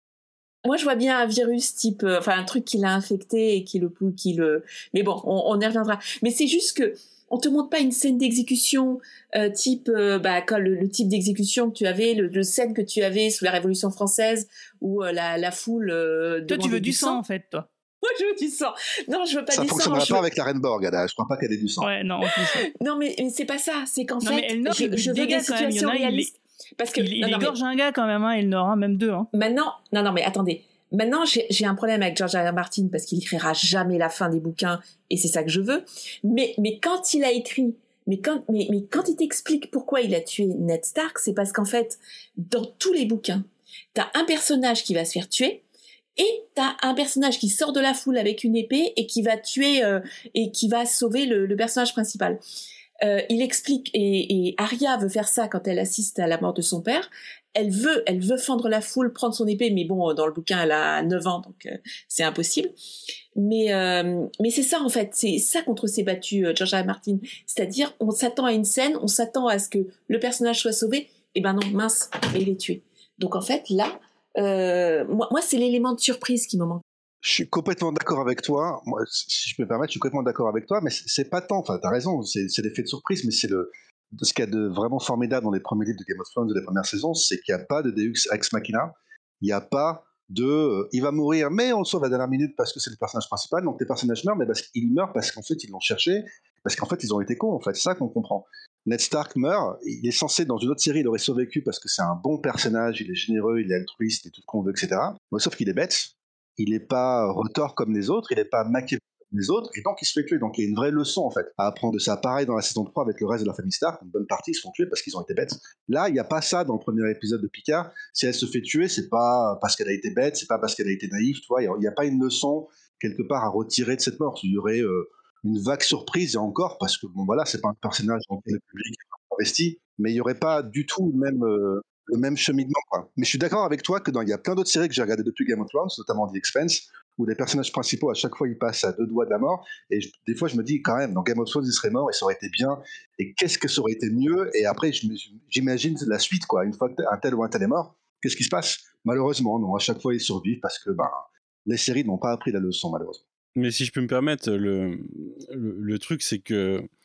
Moi, je vois bien un virus type, euh, enfin, un truc qui l'a infecté et qui le, qui le. Mais bon, on, on y reviendra. Mais c'est juste que on te montre pas une scène d'exécution euh, type, euh, bah, quand le, le type d'exécution que tu avais, le, le scène que tu avais sous la Révolution française, où euh, la, la foule. Euh, toi, tu veux du sang, sang, en fait, toi. Moi, je veux du sang. Non, je veux pas ça du sang. Ça fonctionnera pas veux... avec la Reine Borg, Ada. Je crois pas qu'elle ait du sang. Ouais, non, en plus. non, mais, mais c'est pas ça. C'est qu'en non, fait, mais Elnor, je, je veux des situations réalistes. Il, parce que il, il non, égorge mais... un gars quand même, hein, Elnor, hein, même deux. Hein. Maintenant, non, non, mais attendez. Maintenant, j'ai, j'ai un problème avec George R. R. Martin parce qu'il écrira jamais la fin des bouquins et c'est ça que je veux. Mais, mais quand il a écrit, mais quand, mais, mais quand il t'explique pourquoi il a tué Ned Stark, c'est parce qu'en fait, dans tous les bouquins, t'as un personnage qui va se faire tuer et t'as un personnage qui sort de la foule avec une épée et qui va tuer euh, et qui va sauver le, le personnage principal. Euh, il explique et, et Arya veut faire ça quand elle assiste à la mort de son père. Elle veut, elle veut fendre la foule, prendre son épée, mais bon, dans le bouquin, elle a neuf ans, donc euh, c'est impossible. Mais, euh, mais c'est ça, en fait, c'est ça contre s'est battu euh, George R. R. Martin. C'est-à-dire, on s'attend à une scène, on s'attend à ce que le personnage soit sauvé, et ben non, mince, il est tué. Donc en fait, là, euh, moi, moi, c'est l'élément de surprise qui me manque. Je suis complètement d'accord avec toi. Moi, si je peux me permettre, je suis complètement d'accord avec toi, mais c'est, c'est pas tant, enfin, t'as raison, c'est, c'est l'effet de surprise, mais c'est le... Ce qu'il y a de vraiment formidable dans les premiers livres de Game of Thrones de la première saison, c'est qu'il n'y a pas de Deus Ex Machina, il n'y a pas de euh, il va mourir, mais on le sauve à la dernière minute parce que c'est le personnage principal, donc les personnages meurent, mais parce qu'ils meurent parce qu'en fait ils l'ont cherché, parce qu'en fait ils ont été cons, en fait, c'est ça qu'on comprend. Ned Stark meurt, il est censé, dans une autre série, il aurait survécu parce que c'est un bon personnage, il est généreux, il est altruiste, et tout ce qu'on veut, et cetera. Mais sauf qu'il est bête, il n'est pas retors comme les autres, il n'est pas machiavélique les autres, et donc ils se fait tuer. Donc il y a une vraie leçon en fait à apprendre de ça. Pareil dans la saison trois avec le reste de la famille Stark, une bonne partie ils se font tuer parce qu'ils ont été bêtes. Là il n'y a pas ça dans le premier épisode de Picard. Si elle se fait tuer, c'est pas parce qu'elle a été bête, c'est pas parce qu'elle a été naïve, tu vois, il n'y a, a pas une leçon quelque part à retirer de cette mort. Il y aurait euh, une vague surprise, et encore, parce que bon voilà, c'est pas un personnage dans lequel le public est investi, mais il n'y aurait pas du tout le même, euh, le même cheminement, quoi. Mais je suis d'accord avec toi que dans, il y a plein d'autres séries que j'ai regardées depuis Game of Thrones, notamment The Expanse, où les personnages principaux, à chaque fois, ils passent à deux doigts de la mort. Et je, des fois, je me dis, quand même, dans Game of Thrones, ils seraient morts et ça aurait été bien. Et qu'est-ce que ça aurait été mieux? Et après, je, j'imagine la suite, quoi. Une fois qu'un tel ou un tel est mort, qu'est-ce qui se passe? Malheureusement, non, à chaque fois, ils survivent parce que ben, les séries n'ont pas appris la leçon, malheureusement. Mais si je peux me permettre, le, le, le truc, c'est que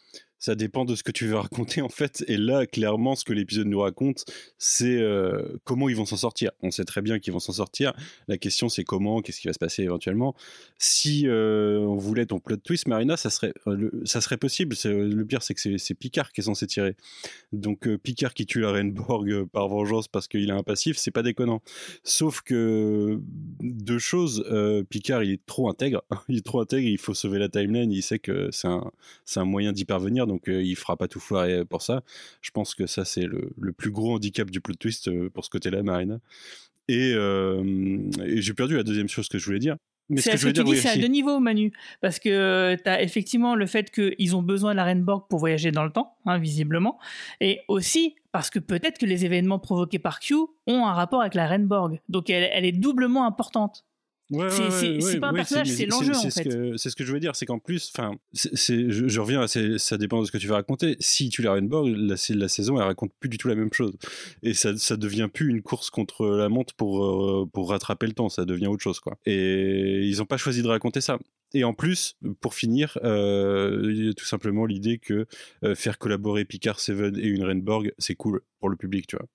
Ça dépend de ce que tu veux raconter en fait. Et là, clairement, ce que l'épisode nous raconte, c'est euh, comment ils vont s'en sortir. On sait très bien qu'ils vont s'en sortir. La question, c'est comment, qu'est-ce qui va se passer éventuellement. Si euh, on voulait ton plot twist, Marina, ça serait, euh, le, ça serait possible. C'est, le pire, c'est que c'est, c'est Picard qui est censé tirer. Donc euh, Picard qui tue la reine Borg euh, par vengeance parce qu'il a un passif, c'est pas déconnant. Sauf que deux choses, euh, Picard, il est trop intègre. Il est trop intègre. Il faut sauver la timeline. Il sait que c'est un, c'est un moyen d'y parvenir. Donc euh, il fera pas tout foirer pour ça. Je pense que ça c'est le, le plus gros handicap du plot twist euh, pour ce côté-là, Marina. Et, euh, et j'ai perdu la deuxième chose que je voulais dire. Mais c'est ce que je voulais que tu dire, dis, oui, c'est à aussi. deux niveaux, Manu, parce que tu as effectivement le fait qu'ils ont besoin de la reine Borg pour voyager dans le temps, hein, visiblement, et aussi parce que peut-être que les événements provoqués par Q ont un rapport avec la reine Borg, donc elle, elle est doublement importante. Ouais, c'est ouais, c'est, ouais, c'est ouais, pas un ouais, personnage, c'est, c'est, l'enjeu c'est, en c'est fait. Ce que, c'est ce que je veux dire, c'est qu'en plus, enfin, c'est, c'est, je, je reviens à c'est, ça dépend de ce que tu vas raconter. Si tu la Rainbow, la, la saison, elle raconte plus du tout la même chose, et ça, ça devient plus une course contre la montre pour euh, pour rattraper le temps, ça devient autre chose, quoi. Et ils ont pas choisi de raconter ça. Et en plus, pour finir, euh, il y a tout simplement l'idée que euh, faire collaborer Picard, Seven et une reine Borg, c'est cool pour le public, tu vois.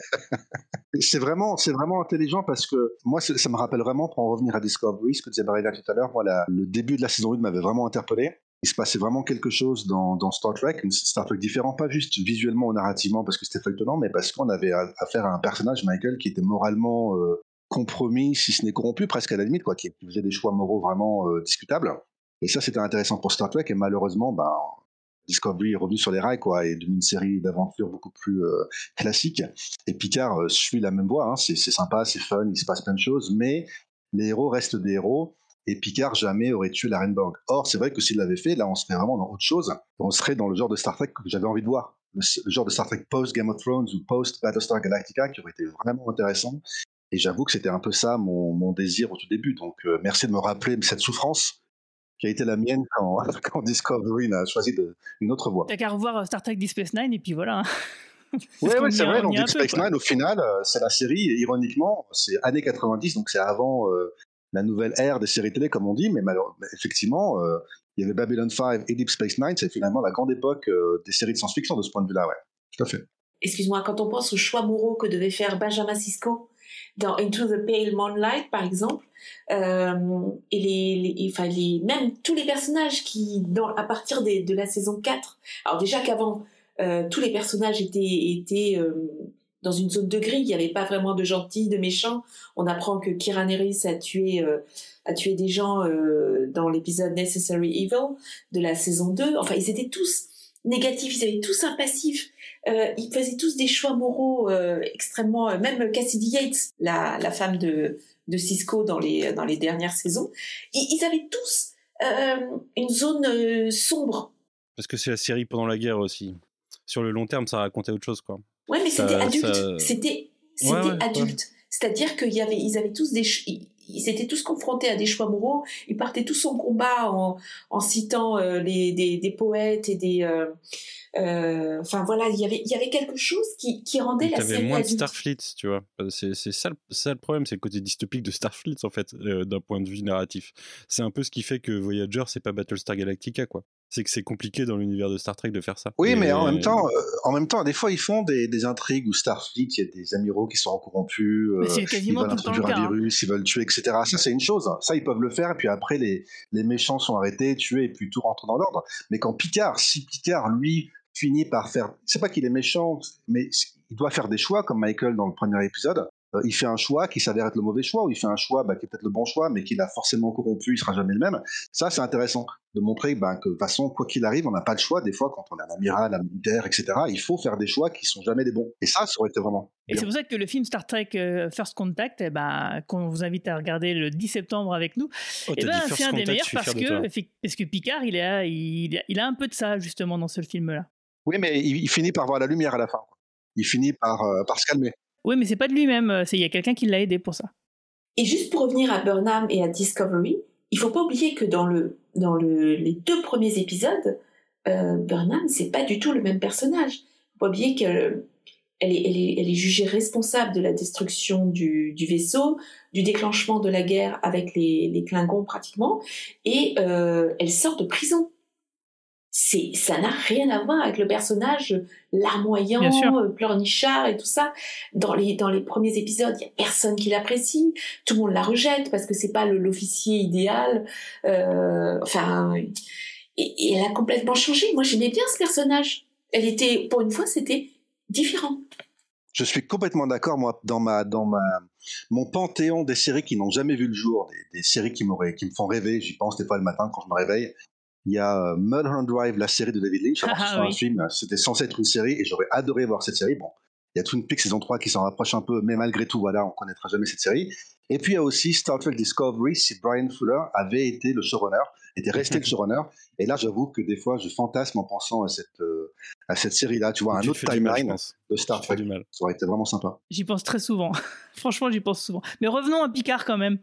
C'est vraiment, c'est vraiment intelligent parce que moi, ça me rappelle vraiment, pour en revenir à Discovery, ce que disait Marina tout à l'heure, moi, la, le début de la saison un m'avait vraiment interpellé. Il se passait vraiment quelque chose dans, dans Star Trek, une Star Trek différent, pas juste visuellement ou narrativement parce que c'était feuilletonnant, mais parce qu'on avait affaire à un personnage, Michael, qui était moralement euh, compromis, si ce n'est corrompu, presque à la limite, quoi, qui faisait des choix moraux vraiment euh, discutables. Et ça, c'était intéressant pour Star Trek, et malheureusement, ben, Discovery est revenu sur les rails, quoi, et devenu une série d'aventures beaucoup plus euh, classique. Et Picard euh, suit la même voie, hein. c'est, c'est sympa, c'est fun, il se passe plein de choses, mais les héros restent des héros, et Picard jamais aurait tué la reine Borg. Or, c'est vrai que s'il l'avait fait, là, on serait vraiment dans autre chose. On serait dans le genre de Star Trek que j'avais envie de voir. Le, le genre de Star Trek post-Game of Thrones ou post-Battlestar Galactica, qui aurait été vraiment intéressant. Et j'avoue que c'était un peu ça, mon, mon désir au tout début. Donc, euh, merci de me rappeler cette souffrance qui a été la mienne quand, quand Discovery a choisi de, une autre voie. T'as qu'à revoir Star Trek Deep Space Nine et puis voilà. Oui, ouais, c'est vrai, donc Deep peu, Space quoi. Nine, au final, euh, c'est la série, et ironiquement, c'est années quatre-vingt-dix, donc c'est avant euh, la nouvelle ère des séries télé, comme on dit, mais malheureusement, effectivement, euh, il y avait Babylon five et Deep Space Nine, c'est finalement la grande époque euh, des séries de science-fiction de ce point de vue-là, ouais, tout à fait. Excuse-moi, quand on pense aux choix moraux que devait faire Benjamin Sisko dans Into the Pale Moonlight, par exemple, euh, et les, les, enfin les, même tous les personnages qui, dans, à partir des, de la saison quatre, alors déjà qu'avant, euh, tous les personnages étaient, étaient euh, dans une zone de gris, il n'y avait pas vraiment de gentils, de méchants. On apprend que Kira Nerys a tué, euh, a tué des gens euh, dans l'épisode Necessary Evil de la saison deux. Enfin, ils étaient tous négatifs, ils avaient tous un passif. Euh, ils faisaient tous des choix moraux euh, extrêmement... Euh, même Cassidy Yates, la, la femme de, de Sisko dans les, dans les dernières saisons, ils, ils avaient tous euh, une zone euh, sombre. Parce que c'est la série pendant la guerre aussi. Sur le long terme, ça racontait autre chose, quoi. Ouais, mais c'était ça, adulte. ça... C'était, c'était ouais, ouais, adulte. Ouais. C'est-à-dire qu'ils y avait, ils avaient tous des... Ils, ils étaient tous confrontés à des choix moraux. Ils partaient tous en combat en, en citant euh, les, des, des poètes et des... Euh, euh, enfin voilà, il y avait, il y avait quelque chose qui, qui rendait la série T'avais moins de adulte. Starfleet, tu vois. C'est, c'est ça, ça le problème, c'est le côté dystopique de Starfleet, en fait, euh, d'un point de vue narratif. C'est un peu ce qui fait que Voyager, c'est pas Battlestar Galactica, quoi. C'est que c'est compliqué dans l'univers de Star Trek de faire ça. Oui, et... mais en même temps, euh, en même temps, des fois, ils font des, des intrigues où Starfleet, il y a des amiraux qui sont corrompus, euh, c'est quasiment ils veulent introduire un virus, hein. Ils veulent tuer, et cetera. Ça, c'est une chose. Ça, ils peuvent le faire, et puis après, les, les méchants sont arrêtés, tués, et puis tout rentre dans l'ordre. Mais quand Picard, si Picard, lui, finit par faire... C'est pas qu'il est méchant, mais il doit faire des choix, comme Michael dans le premier épisode. Euh, il fait un choix qui s'avère être le mauvais choix, ou il fait un choix bah, qui est peut-être le bon choix, mais qui l'a forcément corrompu, il sera jamais le même. Ça, c'est intéressant de montrer bah, que de toute façon, quoi qu'il arrive, on n'a pas le choix. Des fois, quand on est un amiral, un militaire, et cetera, il faut faire des choix qui sont jamais les bons. Et ça, ça aurait été vraiment Et bien. c'est pour ça que le film Star Trek euh, First Contact, eh ben, qu'on vous invite à regarder le dix septembre avec nous, oh, eh ben, c'est un Contact, des meilleurs parce que, de parce que Picard, il a, il, il a un peu de ça justement dans ce film-là. Oui, mais il, il finit par voir la lumière à la fin. Il finit par, euh, par se calmer. Oui, mais c'est pas de lui-même, c'est, il y a quelqu'un qui l'a aidé pour ça. Et juste pour revenir à Burnham et à Discovery, il faut pas oublier que dans, le, dans le, les deux premiers épisodes, euh, Burnham, c'est pas du tout le même personnage. Il faut pas oublier qu'elle elle est, elle est, elle est jugée responsable de la destruction du, du vaisseau, du déclenchement de la guerre avec les, les Klingons pratiquement, et euh, elle sort de prison. c'est, ça n'a rien à voir avec le personnage larmoyant, euh, pleurnichard et tout ça. Dans les, dans les premiers épisodes, il y a personne qui l'apprécie. Tout le monde la rejette parce que c'est pas le, l'officier idéal. Euh, enfin, et, et elle a complètement changé. Moi, j'aimais bien ce personnage. Elle était, pour une fois, c'était différent. Je suis complètement d'accord, moi, dans ma, dans ma, mon panthéon des séries qui n'ont jamais vu le jour, des, des séries qui m'auraient, qui me font rêver. J'y pense des fois le matin quand je me réveille. Il y a euh, Mulholland Drive, la série de David Lynch. Alors, Ah, c'est oui. un film, c'était censé être une série et j'aurais adoré voir cette série. Bon, il y a Twin Peaks saison trois qui s'en rapproche un peu, mais malgré tout, voilà, on connaîtra jamais cette série. Et puis il y a aussi Star Trek Discovery, si Brian Fuller avait été le showrunner, était resté le showrunner. Et là, j'avoue que des fois, je fantasme en pensant à cette, euh, à cette série-là. Tu vois, un Tu te autre fais du mal, je timeline pense. de Star Tu te fais Trek. du mal. Ça aurait été vraiment sympa. J'y pense très souvent. Franchement, j'y pense souvent. Mais revenons à Picard quand même.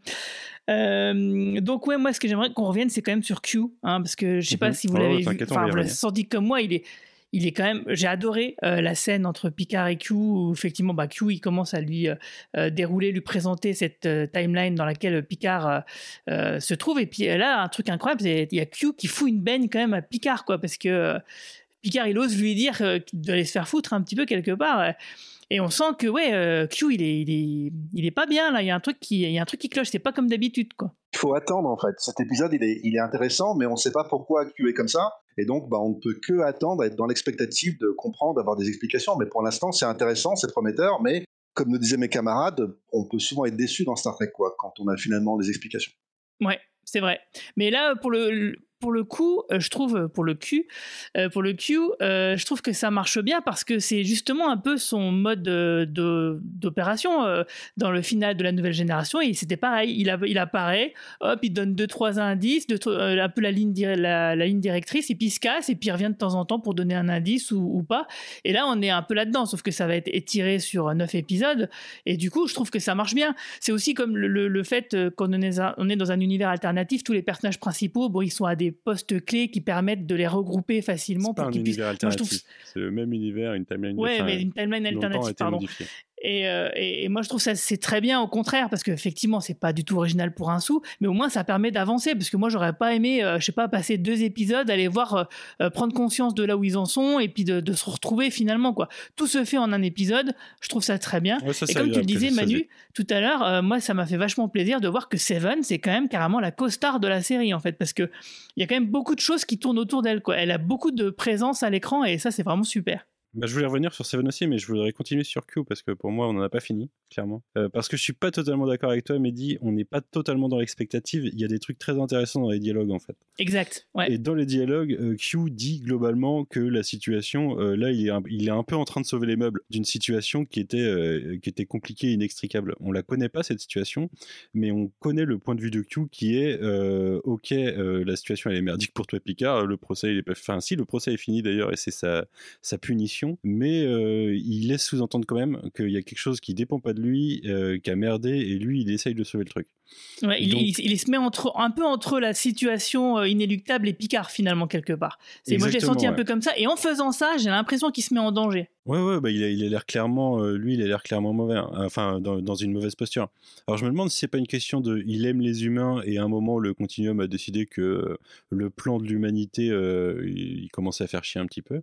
Euh, donc ouais, moi, ce que j'aimerais qu'on revienne, c'est quand même sur Q, hein, parce que je sais pas Mhm. si vous Ouais, l'avez ouais, vu, t'inquiète, on va enfin y vous l'avez revenir. senti comme moi, il est, il est quand même. J'ai adoré euh, la scène entre Picard et Q, où effectivement, bah, Q, il commence à lui euh, euh, dérouler, lui présenter cette euh, timeline dans laquelle Picard euh, euh, se trouve. Et puis là, un truc incroyable, c'est il y a Q qui fout une baigne quand même à Picard, quoi, parce que euh, Picard, il ose lui dire euh, d'aller se faire foutre un petit peu quelque part. euh, Et on sent que ouais, euh, Q, il est, il est, il est pas bien là. Il y a un truc qui, il y a un truc qui cloche. C'est pas comme d'habitude, quoi. Il faut attendre, en fait. Cet épisode, il est, il est intéressant, mais on ne sait pas pourquoi Q est comme ça. Et donc, bah, on ne peut que attendre, être dans l'expectative de comprendre, d'avoir des explications. Mais pour l'instant, c'est intéressant, c'est prometteur. Mais comme me disaient mes camarades, on peut souvent être déçu dans Star Trek, quoi, quand on a finalement des explications. Ouais, c'est vrai. Mais là, pour le, pour le coup, euh, je trouve, pour le Q, euh, pour le Q, euh, je trouve que ça marche bien parce que c'est justement un peu son mode de, de- d'opération euh, dans le final de la nouvelle génération. Et c'était pareil. Il, a- il apparaît, hop, il donne deux, trois indices, deux, trois- euh, un peu la ligne, dir- la, la ligne directrice, et puis il se casse, et puis il revient de temps en temps pour donner un indice ou, ou pas. Et là, on est un peu là-dedans, sauf que ça va être étiré sur neuf épisodes. Et du coup, je trouve que ça marche bien. C'est aussi comme le, le- le fait euh, qu'on est, un- on est dans un univers alternatif, tous les personnages principaux, bon, ils sont à des postes clés qui permettent de les regrouper facilement C'est pas pour un qu'ils puissent. univers Moi, je trouve- alternatif. C'est le même univers, une timeline. Ouais, enfin, mais une timeline dont le temps a alternative, été pardon. modifié. Et, euh, et, et moi, je trouve ça c'est très bien, au contraire, parce qu'effectivement, c'est pas du tout original pour un sou, mais au moins ça permet d'avancer. Parce que moi, j'aurais pas aimé, euh, je sais pas, passer deux épisodes, aller voir, euh, euh, prendre conscience de là où ils en sont, et puis de, de se retrouver finalement, quoi. Tout se fait en un épisode. Je trouve ça très bien. Ouais, ça, et ça comme y tu a le disais, apprécié, ça, Manu, j'ai- tout à l'heure, euh, moi, ça m'a fait vachement plaisir de voir que Seven, c'est quand même carrément la co-star de la série, en fait, parce que il y a quand même beaucoup de choses qui tournent autour d'elle, quoi. Elle a beaucoup de présence à l'écran, et ça, c'est vraiment super. Bah, je voulais revenir sur Seven aussi, mais je voudrais continuer sur Q parce que pour moi, on n'en a pas fini, clairement. Euh, parce que je suis pas totalement d'accord avec toi, Mehdi. On n'est pas totalement dans l'expectative. Il y a des trucs très intéressants dans les dialogues, en fait. Exact. Ouais. Et dans les dialogues, euh, Q dit globalement que la situation, euh, là, il est, un, il est un peu en train de sauver les meubles d'une situation qui était, euh, qui était compliquée et inextricable. On la connaît pas, cette situation, mais on connaît le point de vue de Q qui est euh, ok, euh, la situation elle est merdique pour toi, Picard. Le procès, il est pas. Enfin, si, le procès est fini d'ailleurs, et c'est sa, sa punition. Mais euh, il laisse sous-entendre quand même qu'il y a quelque chose qui dépend pas de lui, euh, qui a merdé, et lui, il essaye de sauver le truc. Ouais, il, Donc- il, il se met entre, un peu entre la situation euh, inéluctable et Picard finalement quelque part. C'est, moi j'ai Exactement, senti un ouais. peu comme ça et en faisant ça j'ai l'impression qu'il se met en danger. Ouais, ouais, bah il a, il a l'air clairement, euh, lui, il a l'air clairement mauvais, hein. Enfin, dans, dans une mauvaise posture. Alors, je me demande si c'est pas une question de, il aime les humains et à un moment, le Continuum a décidé que euh, le plan de l'humanité, euh, il, il commençait à faire chier un petit peu.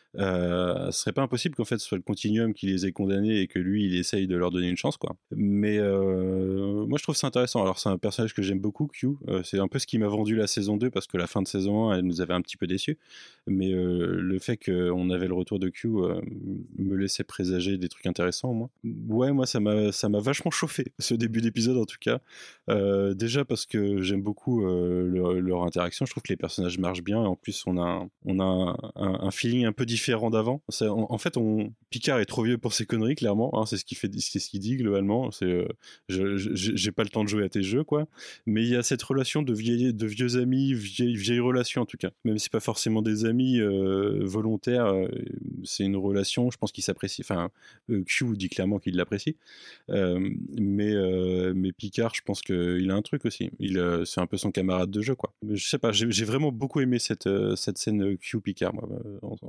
Euh, ce serait pas impossible qu'en fait ce soit le Continuum qui les ait condamnés et que lui il essaye de leur donner une chance, quoi. Mais euh, moi je trouve ça intéressant. Alors c'est un personnage que j'aime beaucoup, Q. Euh, c'est un peu ce qui m'a vendu la saison deux parce que la fin de saison un elle nous avait un petit peu déçus. Mais euh, le fait qu'on avait le retour de Q euh, me laissait présager des trucs intéressants au moins. Ouais, moi ça m'a ça m'a vachement chauffé ce début d'épisode en tout cas. Euh, déjà parce que j'aime beaucoup euh, leur, leur interaction. Je trouve que les personnages marchent bien et en plus on a un, on a un, un, un feeling un peu différent d'avant. C'est, en, en fait, on, Picard est trop vieux pour ses conneries, clairement. Hein, c'est ce qu'il fait, c'est ce qu'il dit globalement. C'est, euh, je, je, j'ai pas le temps de jouer à tes jeux, quoi. Mais il y a cette relation de, vieille, de vieux amis, vieille, vieille relation en tout cas. Même si c'est pas forcément des amis euh, volontaires, euh, c'est une relation. Je pense qu'il s'apprécie. Enfin, euh, Q dit clairement qu'il l'apprécie. Euh, mais, euh, mais Picard, je pense qu'il a un truc aussi. Il, euh, c'est un peu son camarade de jeu, quoi. Je sais pas. J'ai, j'ai vraiment beaucoup aimé cette, euh, cette scène Q Picard, moi, en, en ce qui me concerne.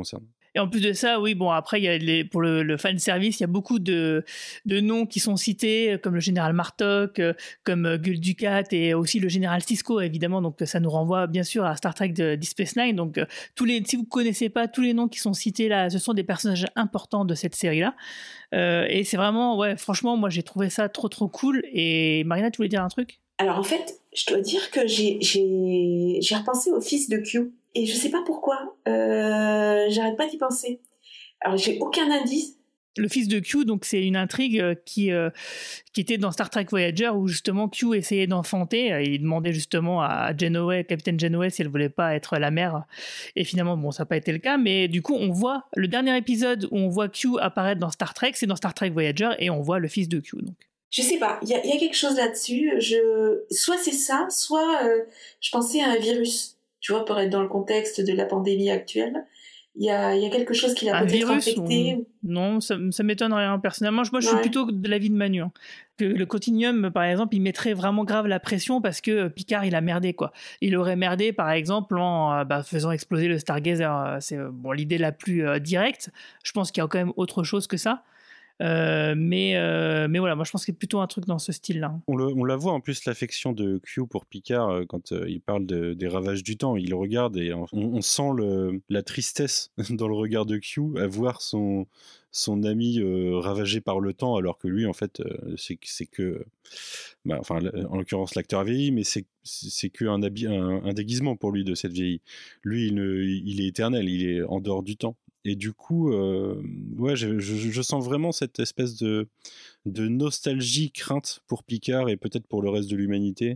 concerne. Et en plus de ça, oui, bon, après, il y a les, pour le, le fan service, il y a beaucoup de, de noms qui sont cités, comme le général Martok, comme Gul Dukat et aussi le général Sisko, évidemment. Donc, ça nous renvoie bien sûr à Star Trek de Deep Space Nine. Donc, tous les, si vous ne connaissez pas tous les noms qui sont cités là, ce sont des personnages importants de cette série-là. Euh, et c'est vraiment, ouais, franchement, moi, j'ai trouvé ça trop, trop cool. Et Marina, tu voulais dire un truc ? Alors, en fait, je dois dire que j'ai, j'ai, j'ai repensé au fils de Q. Et je sais pas pourquoi, euh, j'arrête pas d'y penser. Alors j'ai aucun indice. Le fils de Q, donc c'est une intrigue qui, euh, qui était dans Star Trek Voyager où justement Q essayait d'enfanter. Il demandait justement à Janeway, capitaine Janeway, si elle voulait pas être la mère. Et finalement, bon, ça n'a pas été le cas. Mais du coup, on voit le dernier épisode où on voit Q apparaître dans Star Trek, c'est dans Star Trek Voyager et on voit le fils de Q. Donc. Je sais pas, il y a, y a quelque chose là-dessus. Je... Soit c'est ça, soit euh, je pensais à un virus. Tu vois, pour être dans le contexte de la pandémie actuelle, il y a, y a quelque chose qui l'a un peut-être virus, infecté. On... Non, ça, ça m'étonnerait. Hein. Personnellement, moi, je Ouais. suis plutôt de l'avis de Manu. Hein. Que le Continuum, par exemple, il mettrait vraiment grave la pression parce que Picard, il a merdé, quoi. Il aurait merdé, par exemple, en bah, faisant exploser le Stargazer. C'est bon, l'idée la plus euh, directe. Je pense qu'il y a quand même autre chose que ça. Euh, mais, euh, mais voilà, moi je pense qu'il y a plutôt un truc dans ce style-là. On, le, on la voit en plus, l'affection de Q pour Picard euh, quand euh, il parle de, des ravages du temps. Il le regarde et on, on sent le, la tristesse dans le regard de Q à voir son, son ami euh, ravagé par le temps, alors que lui, en fait, euh, c'est, c'est que. Bah, enfin, en l'occurrence, l'acteur a vieilli, mais c'est, c'est qu'un habi- un, un déguisement pour lui de cette vieillie. Lui, il, ne, il est éternel, il est en dehors du temps. Et du coup, euh, ouais, je, je, je sens vraiment cette espèce de, de nostalgie, crainte pour Picard et peut-être pour le reste de l'humanité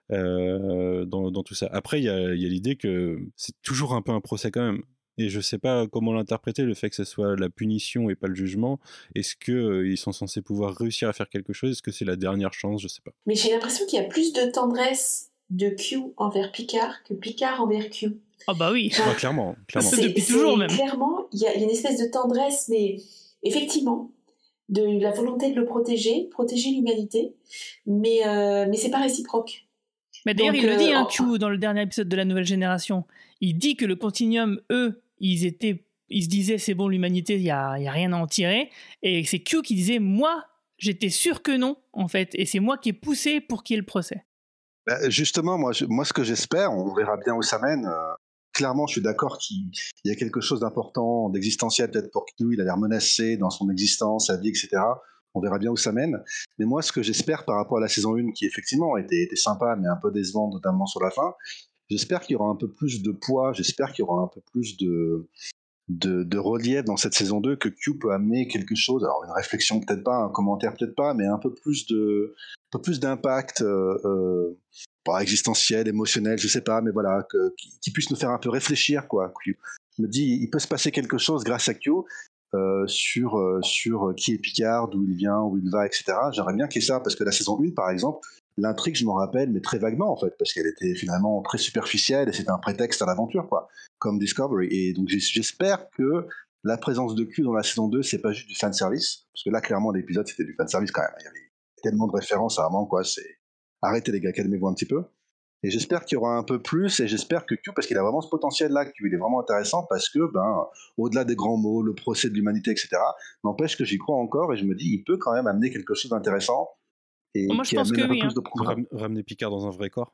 euh, dans, dans tout ça. Après, il y a, y a l'idée que c'est toujours un peu un procès quand même. Et je sais pas comment l'interpréter, le fait que ce soit la punition et pas le jugement. Est-ce qu'ils euh, sont censés pouvoir réussir à faire quelque chose ? Est-ce que c'est la dernière chance ? Je sais pas. Mais j'ai l'impression qu'il y a plus de tendresse de Q envers Picard que Picard envers Q. Ah bah oui, ouais, clairement, clairement. C'est depuis toujours même. Clairement, il y, y a une espèce de tendresse, mais effectivement, de la volonté de le protéger, protéger l'humanité, mais, euh, mais c'est pas réciproque. Mais d'ailleurs, Donc, il le dit, euh, hein, en... Q, dans le dernier épisode de la Nouvelle Génération. Il dit que le Continuum, eux, ils étaient, ils se disaient c'est bon, l'humanité, il y a, y a rien à en tirer, et c'est Q qui disait moi, j'étais sûr que non, en fait, et c'est moi qui ai poussé pour qu'il y ait le procès. Bah, justement, moi, je, moi, ce que j'espère, on verra bien où ça mène. Euh, clairement, je suis d'accord qu'il y a quelque chose d'important, d'existentiel peut-être pour Q. Il a l'air menacé dans son existence, sa vie, et cetera. On verra bien où ça mène. Mais moi, ce que j'espère par rapport à la saison un, qui effectivement était, était sympa, mais un peu décevante, notamment sur la fin, j'espère qu'il y aura un peu plus de poids, j'espère qu'il y aura un peu plus de, de, de relief dans cette saison deux, que Q peut amener quelque chose, alors une réflexion peut-être pas, un commentaire peut-être pas, mais un peu plus, de, un peu plus d'impact euh, euh, pas existentiel, émotionnel, je sais pas, mais voilà, que, qui, qui puisse nous faire un peu réfléchir, quoi. Q. Je me dis, il peut se passer quelque chose grâce à Q euh, sur, euh, sur qui est Picard, d'où il vient, où il va, et cetera. J'aimerais bien qu'il y ait ça, parce que la saison un, par exemple, l'intrigue, je m'en rappelle, mais très vaguement, en fait, parce qu'elle était finalement très superficielle et c'était un prétexte à l'aventure, quoi, comme Discovery. Et donc, j'espère que la présence de Q dans la saison deux, c'est pas juste du fanservice, parce que là, clairement, l'épisode, c'était du fanservice quand même. Il y avait tellement de références à un moment, quoi, c'est... Arrêtez les gars, calmez-vous un petit peu. Et j'espère qu'il y aura un peu plus, et j'espère que Q, parce qu'il a vraiment ce potentiel-là, Q, il est vraiment intéressant, parce que, ben, au-delà des grands mots, le procès de l'humanité, et cetera, n'empêche que j'y crois encore, et je me dis, il peut quand même amener quelque chose d'intéressant. Et Moi, je qui pense amène que un peu oui, plus hein. de programme. Ramener Picard dans un vrai corps.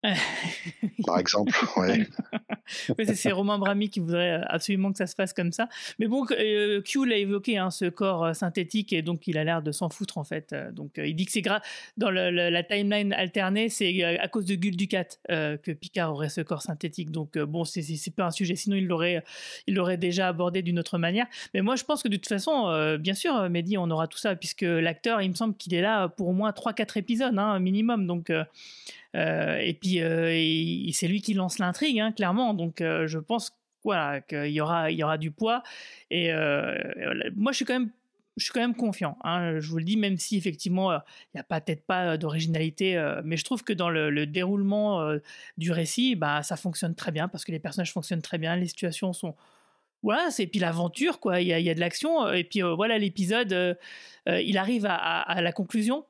Par exemple, ouais. Oui, c'est, c'est Romain Brami qui voudrait absolument que ça se fasse comme ça. Mais bon, euh, Q l'a évoqué, hein, ce corps euh, synthétique, et donc il a l'air de s'en foutre en fait. Euh, donc euh, il dit que c'est grave. Dans le, le, la timeline alternée, c'est euh, à cause de Gul Dukat euh, que Picard aurait ce corps synthétique. Donc euh, bon, c'est, c'est, c'est pas un sujet. Sinon, il l'aurait, il l'aurait déjà abordé d'une autre manière. Mais moi, je pense que de toute façon, euh, bien sûr, Mehdi, on aura tout ça, puisque l'acteur, il me semble qu'il est là pour au moins trois quatre épisodes, hein, minimum. Donc. Euh, Euh, et puis euh, et, et c'est lui qui lance l'intrigue, hein, clairement. Donc euh, je pense voilà, qu'il y aura, il y aura du poids. Et euh, moi, je suis quand même, je suis quand même confiant. Hein, je vous le dis, même si effectivement, il euh, n'y a pas, peut-être pas d'originalité, euh, mais je trouve que dans le, le déroulement euh, du récit, bah, ça fonctionne très bien parce que les personnages fonctionnent très bien, les situations sont. Voilà, c'est puis l'aventure, quoi. Il y a, il y a de l'action. Et puis euh, voilà, l'épisode, euh, euh, il arrive à, à, à la conclusion.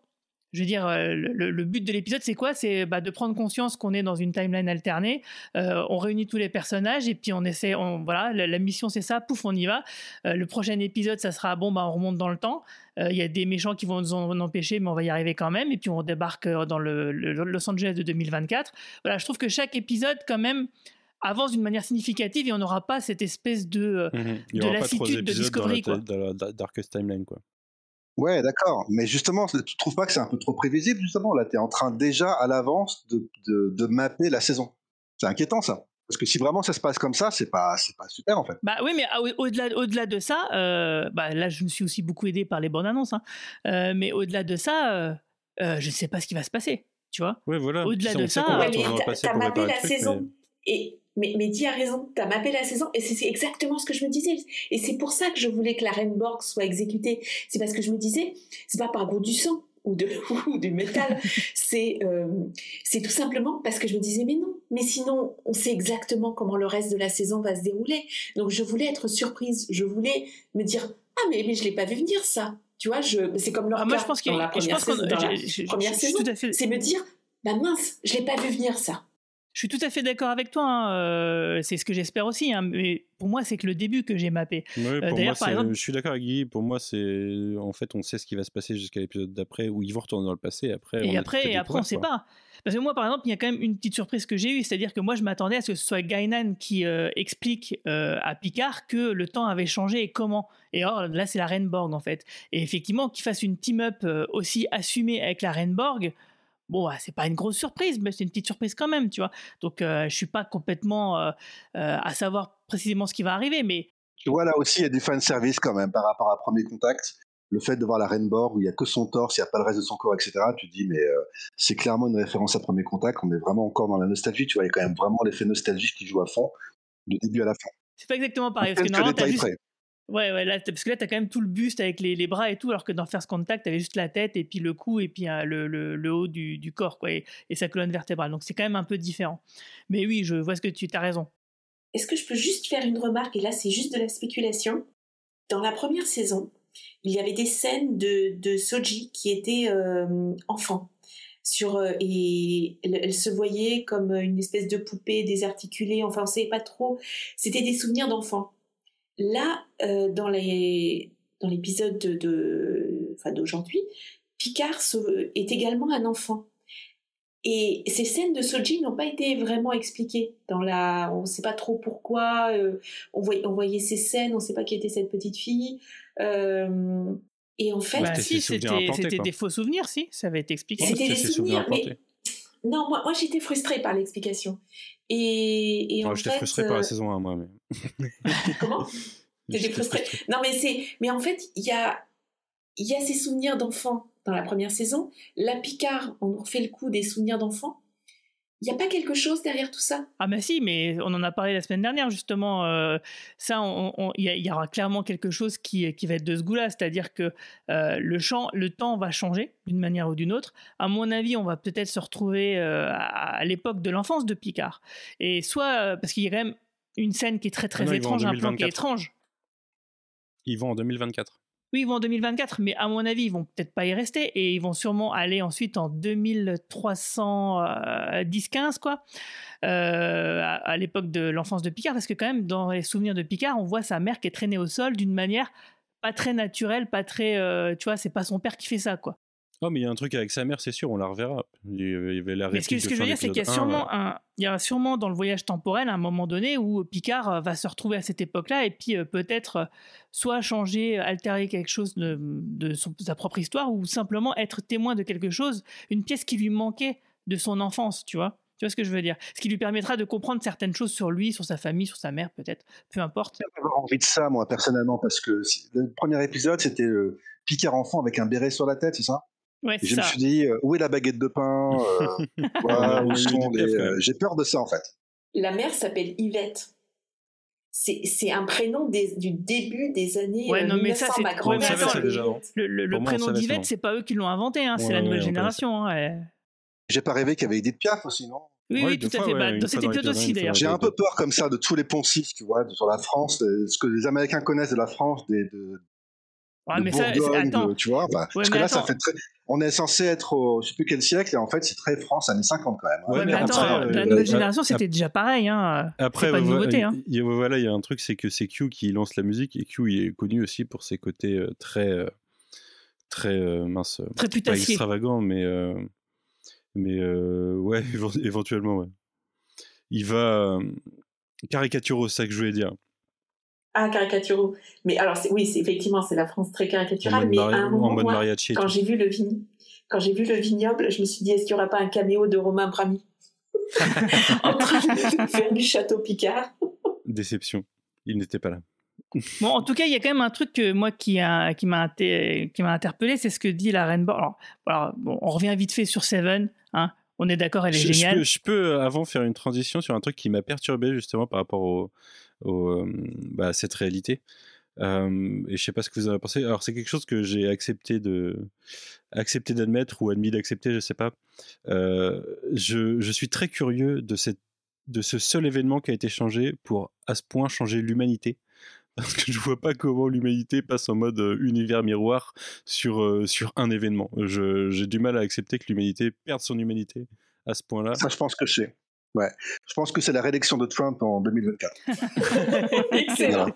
Je veux dire, euh, le, le but de l'épisode, c'est quoi? C'est bah, de prendre conscience qu'on est dans une timeline alternée. Euh, on réunit tous les personnages et puis on essaie. On, voilà, la, la mission, c'est ça. Pouf, on y va. Euh, le prochain épisode, ça sera bon. Bah, on remonte dans le temps. Il euh, y a des méchants qui vont nous en empêcher, mais on va y arriver quand même. Et puis on débarque dans le, le Los Angeles de deux mille vingt-quatre. Voilà, je trouve que chaque épisode, quand même, avance d'une manière significative et on n'aura pas cette espèce de, mmh. de lassitude de Discovery. Dans la, quoi. Dans la Darkest Timeline, quoi. Ouais, d'accord. Mais justement, tu trouves pas que c'est un peu trop prévisible, justement? Là, tu es en train déjà, à l'avance, de, de, de mapper la saison. C'est inquiétant, ça. Parce que si vraiment ça se passe comme ça, c'est pas, c'est pas super, en fait. Bah oui, mais au- au-delà, au-delà de ça, euh, bah là, je me suis aussi beaucoup aidé par les bandes annonces. Hein. Euh, mais au-delà de ça, euh, euh, je ne sais pas ce qui va se passer. Tu vois? Ouais, voilà. Au-delà de ça, ouais, mais t'as, t'as mappé la truc, saison. Mais... Et... Mais Mehdi a raison, t'as mappé la saison et c'est, c'est exactement ce que je me disais. Et c'est pour ça que je voulais que la Reine Borg soit exécutée. C'est parce que je me disais, c'est pas par goût du sang ou, de, ou du métal, c'est, euh, c'est tout simplement parce que je me disais, mais non, mais sinon on sait exactement comment le reste de la saison va se dérouler. Donc je voulais être surprise, je voulais me dire, ah mais, mais je l'ai pas vu venir ça. Tu vois, je, c'est comme leur ah, moi, je pense dans la première, je pense saison, dans la je, je, première je, saison, je, fait... c'est me dire, bah mince, je l'ai pas vu venir ça. Je suis tout à fait d'accord avec toi, hein. euh, c'est ce que j'espère aussi, hein. Mais pour moi c'est que le début que j'ai mappé. Oui, pour euh, moi, par exemple... je suis d'accord avec Guy, pour moi c'est en fait on sait ce qui va se passer jusqu'à l'épisode d'après où ils vont retourner dans le passé et après et on après, et après on sait pas. Parce que moi par exemple il y a quand même une petite surprise que j'ai eue, c'est-à-dire que moi je m'attendais à ce que ce soit Guinan qui euh, explique euh, à Picard que le temps avait changé et comment. Et or là c'est la Reine Borg en fait. Et effectivement qu'il fasse une team-up euh, aussi assumée avec la Reine Borg. Bon, bah, c'est pas une grosse surprise, mais c'est une petite surprise quand même, tu vois. Donc, euh, je suis pas complètement euh, euh, à savoir précisément ce qui va arriver, mais... Tu vois, là aussi, il y a du fan service quand même par rapport à Premier Contact. Le fait de voir la Reine Borg où il y a que son torse, il n'y a pas le reste de son corps, et cetera. Tu te dis, mais euh, c'est clairement une référence à Premier Contact. On est vraiment encore dans la nostalgie, tu vois. Il y a quand même vraiment l'effet nostalgique qui joue à fond, du début à la fin. C'est pas exactement pareil, parce que normalement, t'as juste... près. Ouais, ouais, là, parce que là, t'as quand même tout le buste avec les, les bras et tout, alors que dans First Contact, t'avais juste la tête et puis le cou et puis hein, le, le, le haut du, du corps, quoi, et, et sa colonne vertébrale. Donc c'est quand même un peu différent. Mais oui, je vois ce que tu as raison. Est-ce que je peux juste faire une remarque? Et là, c'est juste de la spéculation. Dans la première saison, il y avait des scènes de, de Soji qui étaient euh, enfant. Sur, euh, et elle, elle se voyait comme une espèce de poupée désarticulée. Enfin, on ne savait pas trop. C'était des souvenirs d'enfant. Là, euh, dans, les, dans l'épisode de, de, enfin, d'aujourd'hui, Picard est également un enfant. Et ces scènes de Soji n'ont pas été vraiment expliquées. Dans la, on ne sait pas trop pourquoi. Euh, on, voyait, on voyait ces scènes, on ne sait pas qui était cette petite fille. Euh, et en fait, bah, si, c'était, implantés, c'était des faux souvenirs, si, ça avait été expliqué. C'était des souvenirs, souvenirs mais non, moi, moi j'étais frustrée par l'explication. Et, et oh, en j'étais fait, frustrée euh... par la saison un, moi. Mais... Comment? T'étais frustrée. Non, mais c'est, mais en fait, il y a, il y a ces souvenirs d'enfants dans la première saison. Là, Picard, on nous refait le coup des souvenirs d'enfants. Il n'y a pas quelque chose derrière tout ça? Ah bah si, mais on en a parlé la semaine dernière justement. Euh, ça, il y, y aura clairement quelque chose qui, qui va être de ce goût-là, c'est-à-dire que euh, le, champ, le temps va changer d'une manière ou d'une autre. À mon avis, on va peut-être se retrouver euh, à, à l'époque de l'enfance de Picard. Et soit, euh, parce qu'il y a quand même une scène qui est très très ah non, étrange, un plan qui est étrange. Ils vont en deux mille vingt-quatre. Oui, ils vont en deux mille vingt-quatre, mais à mon avis, ils vont peut-être pas y rester et ils vont sûrement aller ensuite en deux mille trois cent dix quinze, quoi, euh, à, à l'époque de l'enfance de Picard, parce que quand même, dans les souvenirs de Picard, on voit sa mère qui est traînée au sol d'une manière pas très naturelle, pas très, euh, tu vois, c'est pas son père qui fait ça, quoi. Oh, mais il y a un truc avec sa mère, c'est sûr, on la reverra. Il y avait la mais ce que, ce que je veux dire, c'est qu'il y a sûrement un, un, il y a sûrement dans le voyage temporel un moment donné où Picard va se retrouver à cette époque-là et puis euh, peut-être euh, soit changer, altérer quelque chose de, de, son, de sa propre histoire ou simplement être témoin de quelque chose, une pièce qui lui manquait de son enfance, tu vois. Tu vois ce que je veux dire? Ce qui lui permettra de comprendre certaines choses sur lui, sur sa famille, sur sa mère, peut-être. Peu importe. J'ai envie de ça, moi, personnellement, parce que le premier épisode, c'était euh, Picard enfant avec un béret sur la tête, c'est ça? Ouais, et je ça. me suis dit, euh, où est la baguette de pain euh, voilà, où sont les, euh, J'ai peur de ça, en fait. La mère s'appelle Yvette. C'est, c'est un prénom des, du début des années ouais, non, mille neuf cents. Mais ça, c'est, ma grand-mère. Ouais, ça, déjà, le le, le prénom moi, d'Yvette, c'est pas eux qui l'ont inventé, hein, ouais, c'est la nouvelle ouais, génération. Hein, elle... J'ai pas rêvé qu'il y avait Edith Piaf aussi, non? Oui, ouais, oui, tout à fois, fait. Ouais, bah, dans cet épisode aussi, d'ailleurs. J'ai un peu peur comme ça de tous les poncifs, tu vois, sur la France, ce que les Américains connaissent de la France, des, de... Ouais, de mais ça, Bourgogne, attends. de, tu vois. Bah, ouais, parce que là, attends. ça fait très. On est censé être au je sais plus quel siècle et en fait, c'est très France années cinquante quand même. Ouais, Ouais, mais, mais attends, après, la euh, nouvelle euh, génération, euh, c'était déjà pareil. Hein. Après, c'est pas une voilà, nouveauté. Hein. il y a- voilà, il y a un truc, c'est que c'est Q qui lance la musique et Q il est connu aussi pour ses côtés euh, très, euh, très euh, mince, euh, Très pas putassier. extravagant, mais euh, mais euh, ouais, évent- éventuellement, ouais. Il va euh, caricaturaux, c'est ça que je voulais dire. Ah, caricaturaux. Mais alors, c'est, oui, c'est, effectivement, c'est la France très En caricaturale, mode, mais mari- à un en moment, mode moi, mariachi et quand tout. j'ai vu le vign- quand j'ai vu le vignoble, je me suis dit, est-ce qu'il n'y aura pas un caméo de Romain Brami en train de faire du château Picard? Déception. Il n'était pas là. Bon, en tout cas, il y a quand même un truc que moi qui, a, qui, m'a, inté- qui m'a interpellé, c'est ce que dit la Reine Borg. Alors, alors, bon, on revient vite fait sur Seven. Hein. On est d'accord, elle est Je, je géniale. peux, je peux, euh, avant, faire une transition sur un truc qui m'a perturbé justement par rapport au, au, euh, bah, à cette réalité. Euh, et je sais pas ce que vous en avez pensé. Alors, c'est quelque chose que j'ai accepté de accepté d'admettre ou admis d'accepter, je sais pas. Euh, je, je suis très curieux de cette de ce seul événement qui a été changé pour à ce point changer l'humanité. Parce que je vois pas comment l'humanité passe en mode euh, univers miroir sur, euh, sur un événement. Je, j'ai du mal à accepter que l'humanité perde son humanité à ce point-là. Ça, je pense que c'est. Ouais. Je pense que c'est la réélection de Trump en deux mille vingt-quatre. Excellent.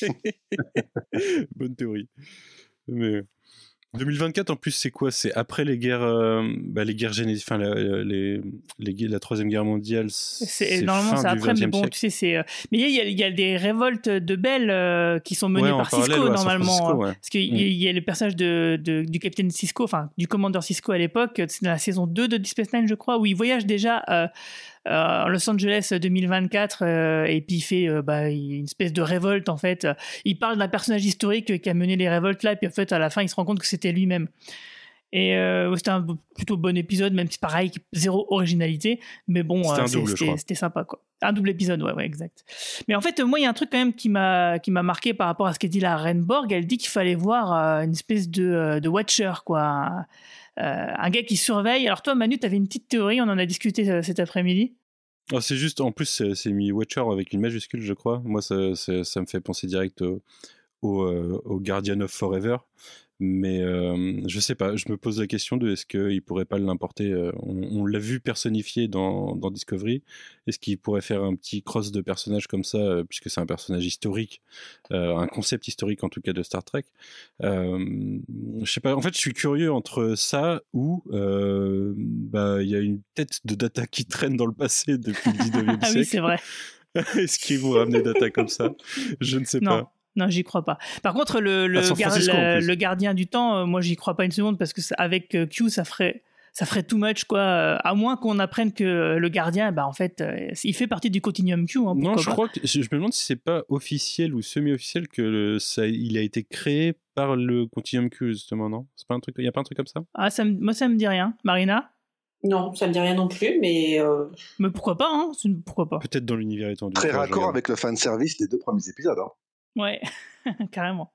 Bonne théorie. Mais deux mille vingt-quatre en plus c'est quoi? C'est après les guerres, euh, bah, les guerres géné- enfin la, les, les, gue- la troisième guerre mondiale. C'est, C'est normalement, fin c'est du après, mais vingtième bon, siècle. tu sais, c'est. euh, Mais il y, a- il y a des révoltes de Bell euh, qui sont menées Ouais, en par parallèle, Cisco, ouais, à San normalement. Francisco, hein. ouais. Parce qu'il Mm. y, a- il y a le personnage de, de- du capitaine Cisco, enfin, du commandeur Cisco à l'époque, c'est dans la saison deux de Deep Space Nine, je crois, où il voyage déjà euh, euh, à Los Angeles deux mille vingt-quatre euh, et puis il fait euh, bah, une espèce de révolte, en fait. Il parle d'un personnage historique qui a mené les révoltes là, et puis en fait, à la fin, il se rend compte que c'était lui-même. Et euh, c'était un plutôt bon épisode, même si pareil, zéro originalité, mais bon, C'était euh, un c'est- double, je c'était, crois. c'était sympa quoi. Un double épisode, ouais, ouais, exact. Mais en fait, moi, il y a un truc quand même qui m'a, qui m'a marqué par rapport à ce qu'a dit la Reine Borg. Elle dit qu'il fallait voir euh, une espèce de, euh, de Watcher, quoi. Un, euh, un gars qui surveille. Alors toi, Manu, t'avais une petite théorie, on en a discuté euh, cet après-midi. Oh, c'est juste, en plus, c'est, c'est mis Watcher avec une majuscule, je crois. Moi, ça, ça, ça me fait penser direct au, au, euh, au Guardian of Forever. Mais euh, je sais pas, je me pose la question de est-ce qu'il pourrait pas l'importer. euh, on, on l'a vu personnifié dans, dans Discovery. Est-ce qu'il pourrait faire un petit cross de personnages comme ça, euh, puisque c'est un personnage historique, euh, un concept historique en tout cas de Star Trek. Euh, je sais pas, en fait, je suis curieux entre ça ou euh, bah il y a une tête de Data qui traîne dans le passé depuis le dix-neuvième Ah siècle. oui, c'est vrai. Est-ce qu'ils vont ramener Data comme ça? Je ne sais Non. pas. Non, j'y crois pas. Par contre, le, le, À San gar- Francisco, en le- plus. le gardien du temps, euh, moi, j'y crois pas une seconde parce que ça- avec euh, Q, ça ferait, ça ferait too much, quoi. Euh, à moins qu'on apprenne que euh, le gardien, bah, en fait, euh, il fait partie du Continuum Q. Hein, Non, pourquoi je pas. crois que je, je me demande si c'est pas officiel ou semi-officiel que le- ça, il a été créé par le Continuum Q justement, non? C'est pas un truc, il y a pas un truc comme ça? Ah, ça me- moi, ça me dit rien. Marina? Non, ça me dit rien non plus, mais euh, Mais pourquoi pas, hein? C'est une- Pourquoi pas? Peut-être dans l'univers étendu. Très faudra que je raccord regarde. avec le fanservice des deux premiers épisodes. Hein. Ouais, carrément.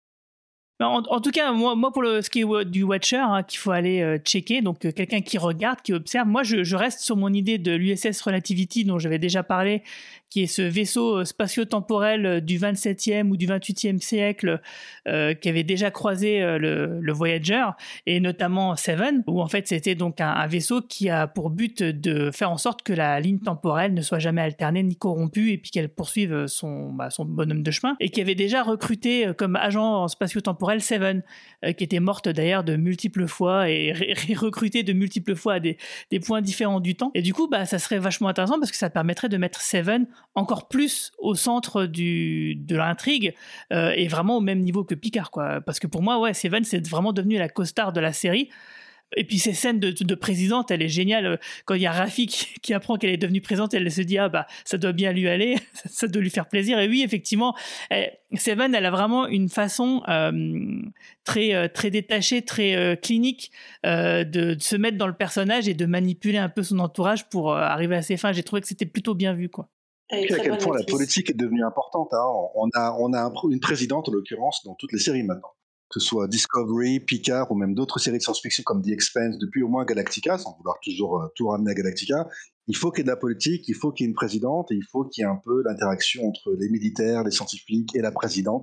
En, en tout cas, moi, moi pour le, ce qui est wa- du Watcher, hein, qu'il faut aller euh, checker, donc euh, quelqu'un qui regarde, qui observe, moi je, je reste sur mon idée de l'U S S Relativity dont j'avais déjà parlé, qui est ce vaisseau euh, spatio-temporel euh, du vingt-septième ou du vingt-huitième siècle euh, qui avait déjà croisé euh, le, le Voyager, et notamment Seven, où en fait c'était donc un, un vaisseau qui a pour but de faire en sorte que la ligne temporelle ne soit jamais alternée ni corrompue, et puis qu'elle poursuive son, bah, son bonhomme de chemin, et qui avait déjà recruté euh, comme agent spatio-temporel Seven, euh, qui était morte d'ailleurs de multiples fois et ré- ré- recrutée de multiples fois à des, des points différents du temps. Et du coup, bah, ça serait vachement intéressant parce que ça permettrait de mettre Seven encore plus au centre du, de l'intrigue euh, et vraiment au même niveau que Picard, quoi. Parce que pour moi, ouais, Seven, c'est vraiment devenu la co-star de la série. Et puis ces scènes de, de présidente, elle est géniale. Quand il y a Raffi qui, qui apprend qu'elle est devenue présidente, elle se dit ah bah ça doit bien lui aller, ça doit lui faire plaisir. Et oui, effectivement, elle, Seven, elle a vraiment une façon euh, très euh, très détachée, très euh, clinique euh, de, de se mettre dans le personnage et de manipuler un peu son entourage pour euh, arriver à ses fins. J'ai trouvé que c'était plutôt bien vu, quoi. Et à quel point la politique est devenue importante. Hein. On a on a un, une présidente en l'occurrence dans toutes les séries maintenant. Que ce soit Discovery, Picard ou même d'autres séries de science-fiction comme The Expanse, depuis au moins Galactica, sans vouloir toujours euh, tout ramener à Galactica, il faut qu'il y ait de la politique, il faut qu'il y ait une présidente, et il faut qu'il y ait un peu l'interaction entre les militaires, les scientifiques et la présidente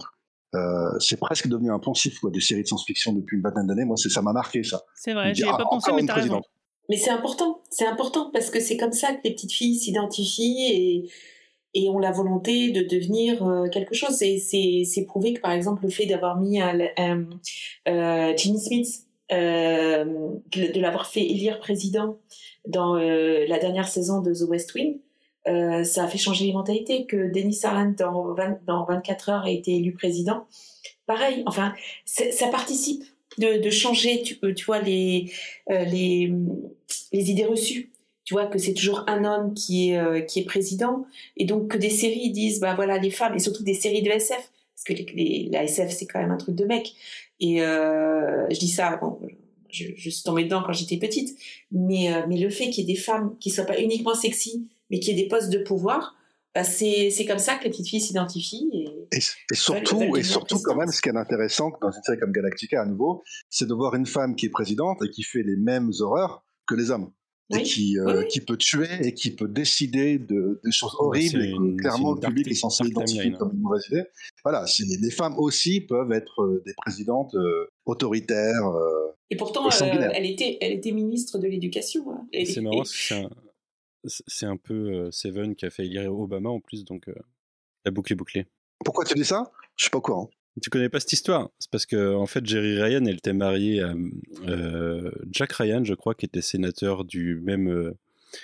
Euh, c'est presque devenu un poncif quoi, des séries de science-fiction depuis une vingtaine d'années. Moi, c'est, ça m'a marqué ça. C'est vrai, j'y ai ah, pas pensé, mais t'as raison. Mais c'est important, c'est important parce que c'est comme ça que les petites filles s'identifient et, et ont la volonté de devenir euh, quelque chose. Et c'est, c'est prouvé que par exemple le fait d'avoir mis un, un, euh, Jimmy Smith, euh, de, de l'avoir fait élire président dans euh, la dernière saison de The West Wing, euh, ça a fait changer les mentalités. Que Dennis Arand dans, vingt, dans vingt-quatre heures a été élu président, pareil. Enfin, ça participe de, de changer, tu, tu vois, les, euh, les, les idées reçues. Tu vois que c'est toujours un homme qui est, euh, qui est président, et donc que des séries disent, bah voilà, les femmes, et surtout des séries de S F, parce que les, les, la S F c'est quand même un truc de mec. Et euh, je dis ça, bon, je, je suis tombée dedans quand j'étais petite, mais, euh, mais le fait qu'il y ait des femmes qui soient pas uniquement sexy, mais qu'il y ait des postes de pouvoir, bah c'est, c'est comme ça que les petites filles s'identifient. Et, et, et surtout, veulent, veulent et surtout quand même, ce qui est intéressant dans une série comme Galactica à nouveau, c'est de voir une femme qui est présidente et qui fait les mêmes horreurs que les hommes. Et oui. qui, euh, oui. qui peut tuer et qui peut décider de, de choses horribles ouais, et que une, clairement le public est censé identifier comme une mauvaise idée. Voilà, c'est, les femmes aussi peuvent être euh, des présidentes euh, autoritaires. Euh, et pourtant, et euh, elle, était, elle était ministre de l'éducation. Hein. Et, c'est et, marrant, et... c'est, un, c'est un peu euh, Seven qui a fait élire Obama en plus, donc euh, la boucle est bouclée. Pourquoi tu dis ça ? Je suis pas au courant. Tu connais pas cette histoire ? C'est parce que en fait, Jeri Ryan, elle était mariée à euh, Jack Ryan, je crois, qui était sénateur du même, euh,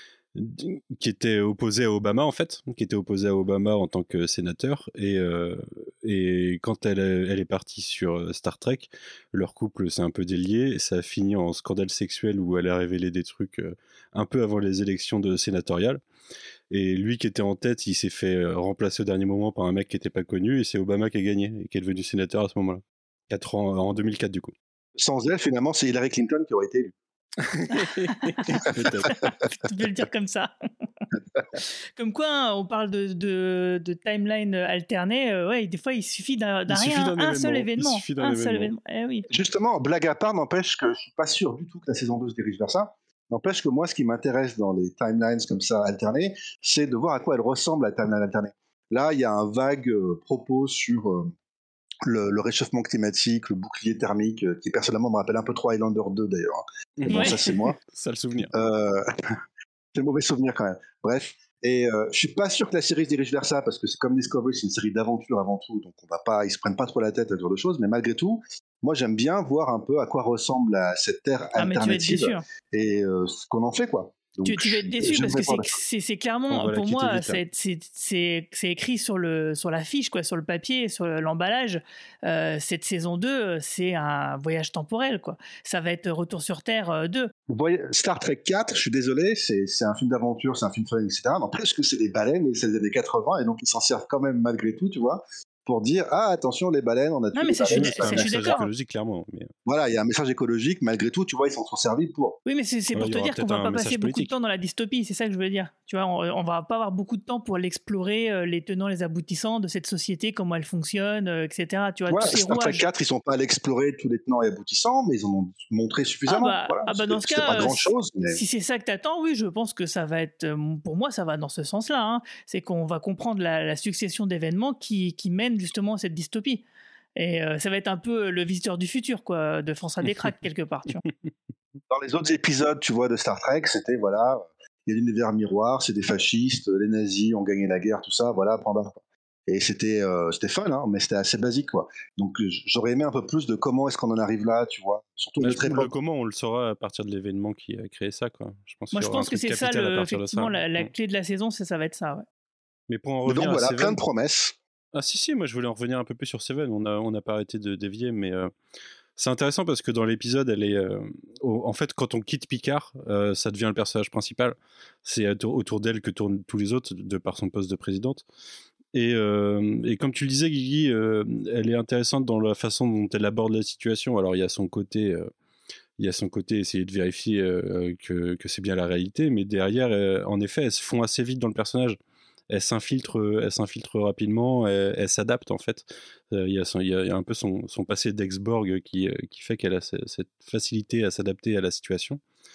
qui était opposé à Obama en fait, qui était opposé à Obama en tant que sénateur. Et euh, et quand elle elle est partie sur Star Trek, leur couple s'est un peu délié et ça a fini en scandale sexuel où elle a révélé des trucs euh, un peu avant les élections de sénatoriales. Et lui qui était en tête, il s'est fait remplacer au dernier moment par un mec qui n'était pas connu, et c'est Obama qui a gagné, et qui est devenu sénateur à ce moment-là. Quatre ans, en deux mille quatre du coup. Sans elle, finalement, c'est Hillary Clinton qui aurait été élue. Tu peux le dire comme ça. Comme quoi, hein, on parle de, de, de timeline alternée, euh, ouais, des fois il suffit d'un, d'un il rien, suffit d'un un événement. seul événement. Il suffit d'un un événement. seul événement. Eh oui. Justement, blague à part, n'empêche que je suis pas sûr du tout que la saison deux se dirige vers ça. N'empêche que moi, ce qui m'intéresse dans les timelines comme ça alternées, c'est de voir à quoi elle ressemble la timeline alternée. Là, il y a un vague euh, propos sur euh, le, le réchauffement climatique, le bouclier thermique, euh, qui personnellement me rappelle un peu trop Highlander deux d'ailleurs. Hein. Ouais. Bon, ça c'est moi. Ça le souvenir. Euh, c'est un mauvais souvenir quand même. Bref. Et euh, je suis pas sûr que la série se dirige vers ça, parce que c'est comme Discovery, c'est une série d'aventure avant tout, donc on va pas, ils se prennent pas trop la tête à ce genre de choses, mais malgré tout, moi j'aime bien voir un peu à quoi ressemble la, cette terre ah, alternative et euh, ce qu'on en fait quoi. Donc, tu, tu vas être déçu parce que c'est, c'est, c'est clairement, pour moi, vite, c'est, c'est, c'est, c'est écrit sur, le, sur la fiche, quoi, sur le papier, sur l'emballage. Euh, cette saison deux, c'est un voyage temporel, quoi. Ça va être Retour sur Terre deux. Vous voyez, Star Trek quatre, je suis désolé, c'est, c'est un film d'aventure, c'est un film fun, et cetera. Mais presque c'est des baleines et c'est des années quatre-vingts, et donc ils s'en servent quand même malgré tout, tu vois, pour dire ah attention les baleines, on a non mais ça, je suis, c'est un message écologique clairement. Mais... Voilà, il y a un message écologique malgré tout, tu vois, ils s'en sont servis pour. Oui mais c'est, c'est pour ouais, te dire qu'on va pas passer beaucoup de temps dans la dystopie, c'est ça que je veux dire. Tu vois, on, on va pas avoir beaucoup de temps pour l'explorer, euh, les tenants, les aboutissants de cette société, comment elle fonctionne, euh, et cetera. Tu vois, ouais, tous ces Star Trek quatre, ils sont pas allés explorer tous les tenants et aboutissants, mais ils en ont montré suffisamment. Ah bah, voilà. ah bah dans ce c'est cas, pas grand chose. Mais... si c'est ça que t'attends, oui, je pense que ça va être, pour moi, ça va dans ce sens-là. Hein. C'est qu'on va comprendre la, la succession d'événements qui, qui mènent justement à cette dystopie. Et euh, ça va être un peu le visiteur du futur, quoi, de France à Décraque, quelque part. Tu vois. Dans les autres épisodes, tu vois, de Star Trek, c'était, voilà, il y a l'univers miroir, c'est des fascistes, les nazis ont gagné la guerre, tout ça, voilà, point barre. Et c'était, euh, c'était fun, hein, mais c'était assez basique, quoi. Donc j'aurais aimé un peu plus de comment est-ce qu'on en arrive là, tu vois. Surtout mais notre époque. Le comment, on le saura à partir de l'événement qui a créé ça, quoi. Je pense Moi, je pense que c'est ça, le, effectivement, la, la clé de la saison, c'est, ça va être ça, ouais. Mais pour en revenir donc, voilà, à Seven... plein de promesses. Ah si, si, moi je voulais en revenir un peu plus sur Seven, on n'a on a pas arrêté de dévier, mais euh, c'est intéressant parce que dans l'épisode, elle est, euh, au, en fait, quand on quitte Picard, euh, ça devient le personnage principal, c'est autour d'elle que tournent tous les autres, de par son poste de présidente. Et, euh, et comme tu le disais, Guigui, euh, elle est intéressante dans la façon dont elle aborde la situation. Alors il y a son côté... Euh, il y a son côté essayer de vérifier euh, que, que c'est bien la réalité, mais derrière, euh, en effet, elles se font assez vite dans le personnage. Elle s'infiltre, elle s'infiltre rapidement, elle, elle s'adapte en fait. Euh, il, y a son, il y a un peu son, son passé d'ex-Borg qui, qui fait qu'elle a cette facilité à s'adapter à la situation.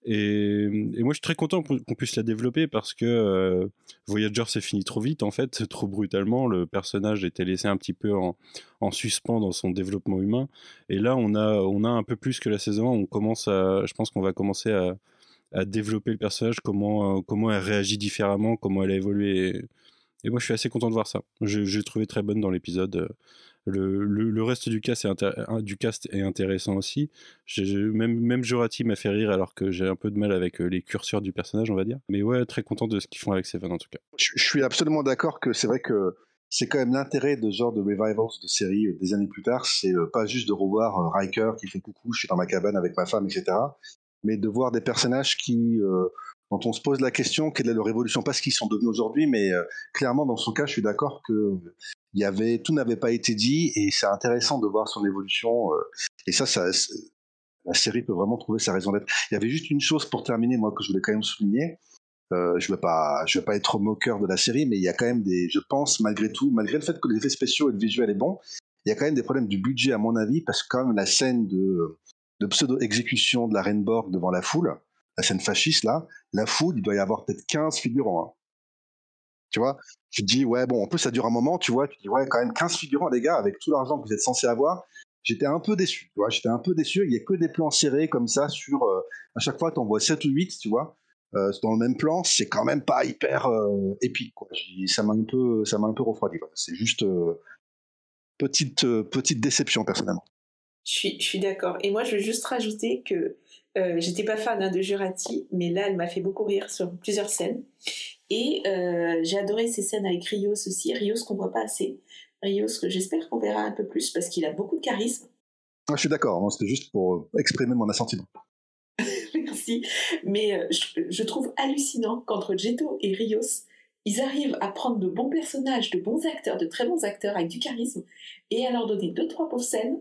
Et, et moi, je suis très content qu'on puisse la développer parce que euh, Voyager s'est fini trop vite, en fait, trop brutalement. Le personnage était laissé un petit peu en, en suspens dans son développement humain. Et là, on a, on a un peu plus que la saison un. On commence à, je pense qu'on va commencer à, à développer le personnage, comment, euh, comment elle réagit différemment, comment elle a évolué. Et, et moi, je suis assez content de voir ça. Je, j'ai trouvé très bonne dans l'épisode. Le, le, le reste du cast, est intér- du cast est intéressant aussi. J'ai, j'ai, même, même Jurati m'a fait rire alors que j'ai un peu de mal avec les curseurs du personnage, on va dire. Mais ouais, très content de ce qu'ils font avec Seven en tout cas. Je, je suis absolument d'accord que c'est vrai que c'est quand même l'intérêt de ce genre de revivals de séries euh, des années plus tard, c'est euh, pas juste de revoir euh, Riker qui fait coucou, je suis dans ma cabane avec ma femme, et cetera. Mais de voir des personnages qui, euh, quand on se pose la question quelle est leur évolution, pas ce qu'ils sont devenus aujourd'hui, mais euh, clairement dans son cas, je suis d'accord que il y avait, tout n'avait pas été dit et c'est intéressant de voir son évolution. Euh, et ça, ça, la série peut vraiment trouver sa raison d'être. Il y avait juste une chose pour terminer, moi, que je voulais quand même souligner. Euh, je ne veux pas, je veux pas être trop moqueur de la série, mais il y a quand même des, je pense, malgré tout, malgré le fait que les effets spéciaux et le visuel est bon, il y a quand même des problèmes du budget, à mon avis, parce que quand même la scène de, de pseudo-exécution de la Reine Borg devant la foule, la scène fasciste, là, la foule, il doit y avoir peut-être quinze figurants. Hein. Tu vois, tu te dis, ouais, bon, en plus, ça dure un moment, tu vois, tu te dis, ouais, quand même quinze figurants, les gars, avec tout l'argent que vous êtes censés avoir. J'étais un peu déçu, tu vois, j'étais un peu déçu. Il n'y a que des plans serrés comme ça sur, euh, à chaque fois, tu en vois sept ou huit, tu vois, euh, dans le même plan, c'est quand même pas hyper euh, épique, quoi. J'ai, ça m'a un peu, ça m'a un peu refroidi, quoi. C'est juste euh, petite, euh, petite déception, personnellement. Je suis, je suis d'accord. Et moi, je veux juste rajouter que euh, j'étais pas fan hein, de Jurati, mais là, elle m'a fait beaucoup rire sur plusieurs scènes. Et euh, j'ai adoré ces scènes avec Rios aussi. Rios qu'on voit pas assez. Rios que j'espère qu'on verra un peu plus parce qu'il a beaucoup de charisme. Ah, je suis d'accord. Moi, c'était juste pour exprimer mon assentiment. Merci. Mais euh, je, je trouve hallucinant qu'entre Jetto et Rios, ils arrivent à prendre de bons personnages, de bons acteurs, de très bons acteurs avec du charisme et à leur donner deux, trois pauvres scènes.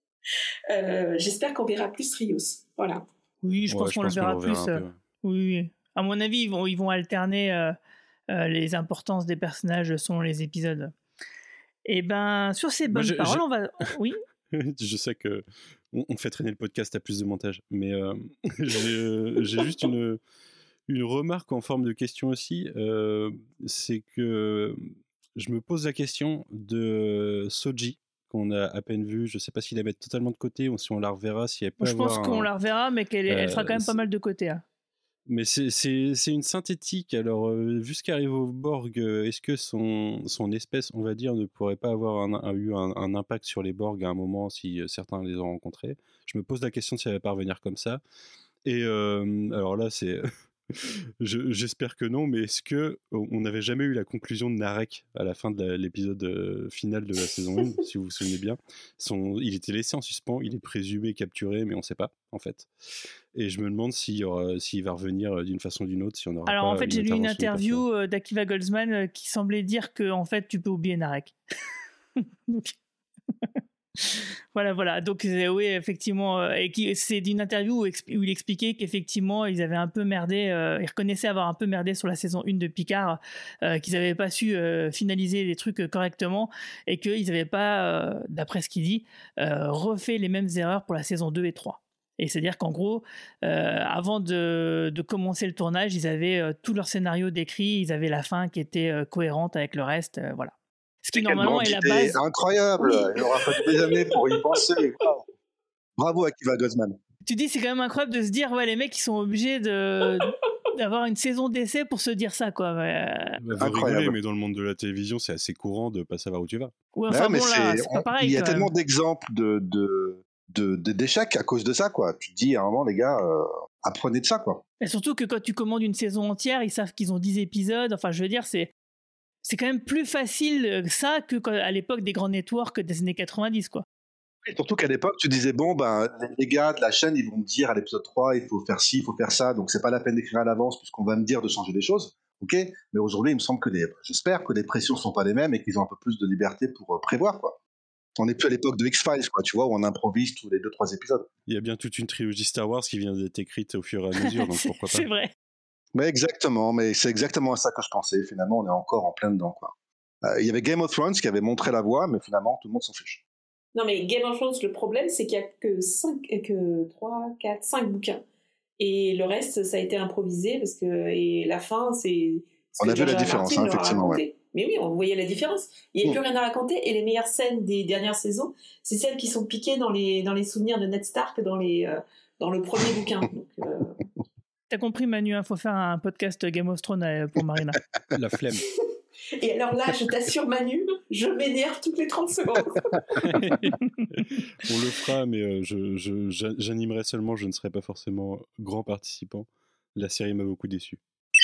Euh, j'espère qu'on verra plus Rios. Voilà. Oui, je ouais, pense je qu'on pense le verra qu'on le plus. verra Euh, oui, à mon avis, ils vont, ils vont alterner euh, euh, les importances des personnages selon les épisodes. Et ben, sur ces bonnes Moi, je, paroles, je... on va. Oui. Je sais que on, on fait traîner le podcast à plus de montage, mais euh, j'ai, j'ai juste une, une remarque en forme de question aussi. Euh, c'est que je me pose la question de Soji, qu'on a à peine vu. Je ne sais pas s'il la met totalement de côté ou si on la reverra, si elle peut Je avoir pense qu'on un... la reverra, mais qu'elle Euh, elle sera quand même pas c'est- mal de côté. Hein. Mais c'est, c'est, c'est une synthétique. Alors, euh, vu ce qui arrive au Borg, euh, est-ce que son, son espèce, on va dire, ne pourrait pas avoir un, un- eu un, un impact sur les Borg à un moment si euh, certains les ont rencontrés? Je me pose la question si elle va parvenir comme ça. Et euh, alors là, c'est. Je- j'espère que non, mais est-ce que on n'avait jamais eu la conclusion de Narek à la fin de la- l'épisode euh, final de la saison un, si vous vous souvenez bien? Son, il était laissé en suspens, il est présumé capturé, mais on ne sait pas en fait. Et je me demande s'il, y aura- s'il va revenir euh, d'une façon ou d'une autre, si on aura Alors pas en fait, j'ai lu une intervention du interview euh, d'Akiva Goldsman euh, qui semblait dire que en fait, tu peux oublier Narek. Donc, voilà, voilà. Donc euh, oui, effectivement, euh, et qui, c'est d'une interview où, exp- où il expliquait qu'effectivement, ils avaient un peu merdé, euh, ils reconnaissaient avoir un peu merdé sur la saison un de Picard, euh, qu'ils n'avaient pas su euh, finaliser les trucs euh, correctement et qu'ils n'avaient pas, euh, d'après ce qu'il dit, euh, refait les mêmes erreurs pour la saison deux et trois. Et c'est-à-dire qu'en gros, euh, avant de, de commencer le tournage, ils avaient euh, tout leur scénario décrit, ils avaient la fin qui était euh, cohérente avec le reste, euh, voilà. Ce qui Quelle normalement grande est la idée, base. incroyable. Il aura fallu des années pour y penser. Wow. Bravo Akiva Goldsman. Tu dis, c'est quand même incroyable de se dire, ouais, les mecs, ils sont obligés de d'avoir une saison d'essai pour se dire ça, quoi. Ouais, Bah, vous Incroyable. rigolez, mais dans le monde de la télévision, c'est assez courant de pas savoir où tu vas. ouais, Ouais, enfin mais bon, là, c'est- c'est pas on- pareil. il y a quand tellement même. d'exemples de, de, de, de- d'échecs à cause de ça, quoi. Tu te dis à un moment, les gars, euh, apprenez de ça, quoi. Et surtout que quand tu commandes une saison entière, ils savent qu'ils ont dix épisodes. Enfin, je veux dire, c'est c'est quand même plus facile euh, ça que quand- à l'époque des grands networks des années quatre-vingt-dix, quoi. Et surtout qu'à l'époque, tu disais, bon, ben, les gars de la chaîne, ils vont me dire à l'épisode trois, il faut faire ci, il faut faire ça, donc c'est pas la peine d'écrire à l'avance puisqu'on va me dire de changer des choses. Ok, mais aujourd'hui, il me semble que les, j'espère que les pressions sont pas les mêmes et qu'ils ont un peu plus de liberté pour euh, prévoir, quoi. On n'est plus à l'époque de X-Files, quoi, tu vois, où on improvise tous les deux, trois épisodes. Il y a bien toute une trilogie Star Wars qui vient d'être écrite au fur et à mesure, donc C'est- pourquoi pas. c'est vrai. Mais exactement, mais c'est exactement à ça que je pensais. Finalement, on est encore en plein dedans, quoi. Euh, Il y avait Game of Thrones qui avait montré la voie, mais finalement, tout le monde s'en fiche. Non, mais Game of Thrones, le problème, c'est qu'il n'y a que, cinq, que trois, quatre, cinq bouquins. Et le reste, ça a été improvisé parce que et la fin, c'est. On a vu la différence, hein, effectivement. Ouais. Mais oui, on voyait la différence. Il n'y avait mmh. plus rien à raconter. Et les meilleures scènes des dernières saisons, c'est celles qui sont piquées dans les dans les souvenirs de Ned Stark dans les euh, dans le premier bouquin. Donc, euh... T'as compris, Manu, il hein, faut faire un podcast Game of Thrones pour Marina. La flemme. Et alors là, je t'assure, Manu, je m'énerve toutes les trente secondes. On le fera, mais euh, je, je, j'animerai seulement, je ne serai pas forcément grand participant. La série m'a beaucoup déçu.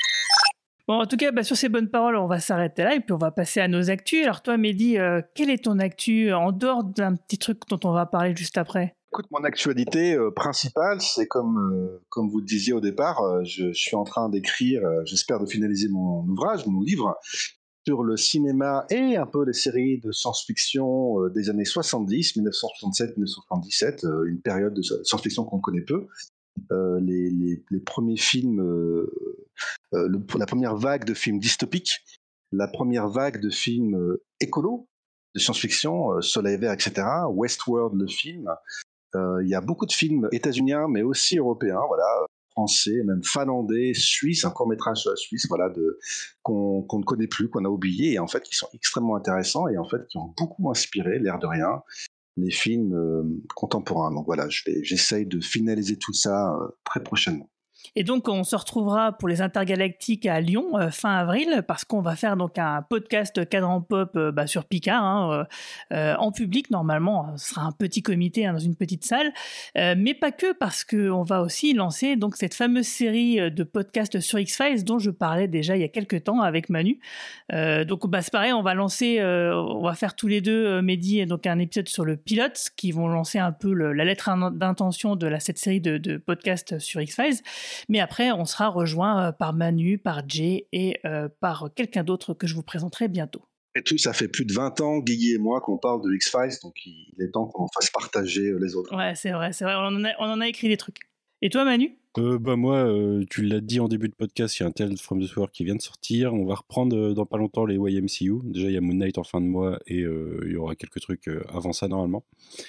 Bon, en tout cas, bah, sur ces bonnes paroles, on va s'arrêter là et puis on va passer à nos actus. Alors toi, Mehdi, euh, quelle est ton actu en dehors d'un petit truc dont on va parler juste après ? Écoute, mon actualité euh, principale, c'est comme euh, comme vous le disiez au départ, euh, je, je suis en train d'écrire, euh, j'espère de finaliser mon ouvrage, mon livre, sur le cinéma et un peu les séries de science-fiction euh, des années soixante-dix, dix-neuf cent soixante-sept dix-neuf cent soixante-dix-sept, euh, une période de science-fiction qu'on connaît peu. Euh, les, les, les premiers films, euh, euh, le, la première vague de films dystopiques, la première vague de films euh, écolos, de science-fiction, euh, Soleil Vert, et cetera, Westworld, le film. Euh, il y a beaucoup de films états-uniens, mais aussi européens, voilà, français, même finlandais, suisse, un court-métrage suisse, voilà, de, qu'on, qu'on ne connaît plus, qu'on a oublié, et en fait, qui sont extrêmement intéressants, et en fait, qui ont beaucoup inspiré, l'air de rien, les films euh, contemporains. Donc voilà, je vais, j'essaye de finaliser tout ça euh, très prochainement. Et donc, on se retrouvera pour les Intergalactiques à Lyon euh, fin avril, parce qu'on va faire donc un podcast Cadran Pop euh, bah, sur Picard, hein, euh, en public normalement. Ce sera un petit comité hein, dans une petite salle, euh, mais pas que, parce qu'on va aussi lancer donc cette fameuse série de podcasts sur X-Files dont je parlais déjà il y a quelques temps avec Manu. Euh, donc, bah, c'est pareil, on va lancer, euh, on va faire tous les deux, euh, Mehdi, donc un épisode sur le pilote, qui vont lancer un peu le, la lettre d'intention de la, cette série de, de podcasts sur X-Files. Mais après, on sera rejoint par Manu, par Jay et euh, par quelqu'un d'autre que je vous présenterai bientôt. Et tout, ça fait plus de vingt ans, Guigui et moi, qu'on parle de X-Files, donc il est temps qu'on fasse partager les autres. Ouais, c'est vrai, c'est vrai, on en a, on en a écrit des trucs. Et toi, Manu ? euh, bah moi, euh, tu l'as dit en début de podcast, il y a un Tales from the Sword qui vient de sortir. On va reprendre euh, dans pas longtemps les Y M C U. Déjà, il y a Moon Knight en fin de mois et euh, il y aura quelques trucs euh, avant ça normalement.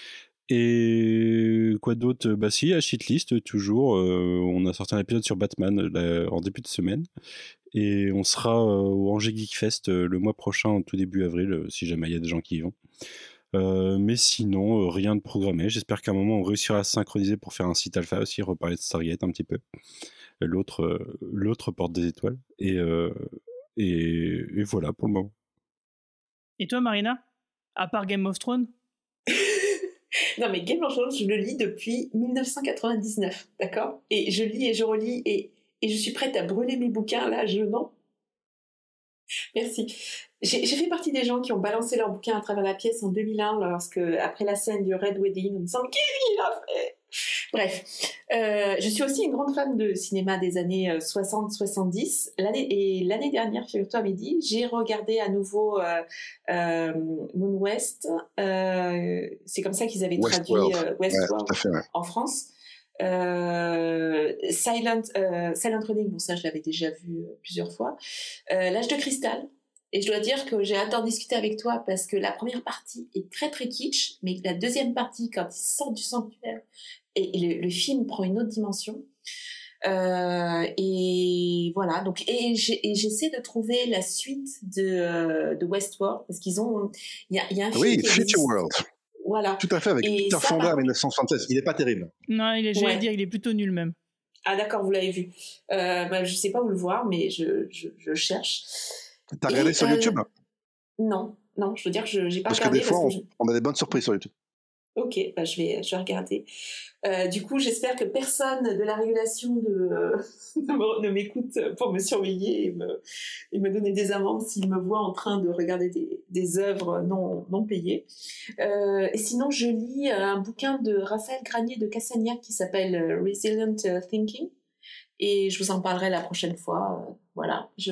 Et quoi d'autre ? Bah si, à Shitlist, toujours. Euh, on a sorti un épisode sur Batman là, en début de semaine. Et on sera euh, au Angers Geek Fest euh, le mois prochain, en tout début avril, euh, si jamais il y a des gens qui y vont. Euh, mais sinon, euh, rien de programmé. J'espère qu'à un moment, on réussira à se synchroniser pour faire un site alpha aussi, reparler de Stargate un petit peu. L'autre, euh, l'autre porte des étoiles. Et, euh, et, et voilà pour le moment. Et toi, Marina ? À part Game of Thrones ? Non, mais Game of Thrones, je le lis depuis dix-neuf cent quatre-vingt-dix-neuf, d'accord ? Et je lis et je relis et, et je suis prête à brûler mes bouquins, là, je... Non. Merci. J'ai, j'ai fait partie des gens qui ont balancé leurs bouquins à travers la pièce en deux mille un, lorsque, après la scène du Red Wedding, on me semble qu'il a fait... Bref, euh, je suis aussi une grande fan de cinéma des années soixante soixante-dix. L'année, et l'année dernière, figure-toi, Mehdi, j'ai regardé à nouveau euh, euh, Moon West. Euh, c'est comme ça qu'ils avaient Westworld. traduit euh, Westworld ouais, fait, ouais. en France. Euh, Silent, euh, Silent Running, bon ça je l'avais déjà vu euh, plusieurs fois. Euh, L'âge de cristal. Et je dois dire que j'ai hâte d'en discuter avec toi parce que la première partie est très très kitsch, mais la deuxième partie, quand ils sortent du sanctuaire, et, et le, le film prend une autre dimension. Euh, et voilà, donc et, j'ai, et j'essaie de trouver la suite de, euh, de Westworld parce qu'ils ont, il y a, y a un film oui, qui Future existe. World. Voilà. Tout à fait, avec et Peter ça, Fonda en par... dix-neuf cent soixante-seize. Il est pas terrible. Non, il est, j'allais ouais. dire, il est plutôt nul même. Ah d'accord, vous l'avez vu. Euh, bah, je sais pas où le voir, mais je, je, je cherche. T'as regardé et, sur euh, YouTube ? Non, non, je veux dire que je j'ai pas parce regardé. Que des fois, parce on, que je... on a des bonnes surprises sur YouTube. Ok, bah je vais, je vais regarder. Euh, du coup, j'espère que personne de la régulation de, euh, ne m'écoute pour me surveiller et me, et me donner des amendes s'il me voit en train de regarder des, des œuvres non, non payées. Euh, et sinon, je lis un bouquin de Raphaël Granier de Cassagnac qui s'appelle Resilient Thinking. Et je vous en parlerai la prochaine fois. Euh, voilà, je...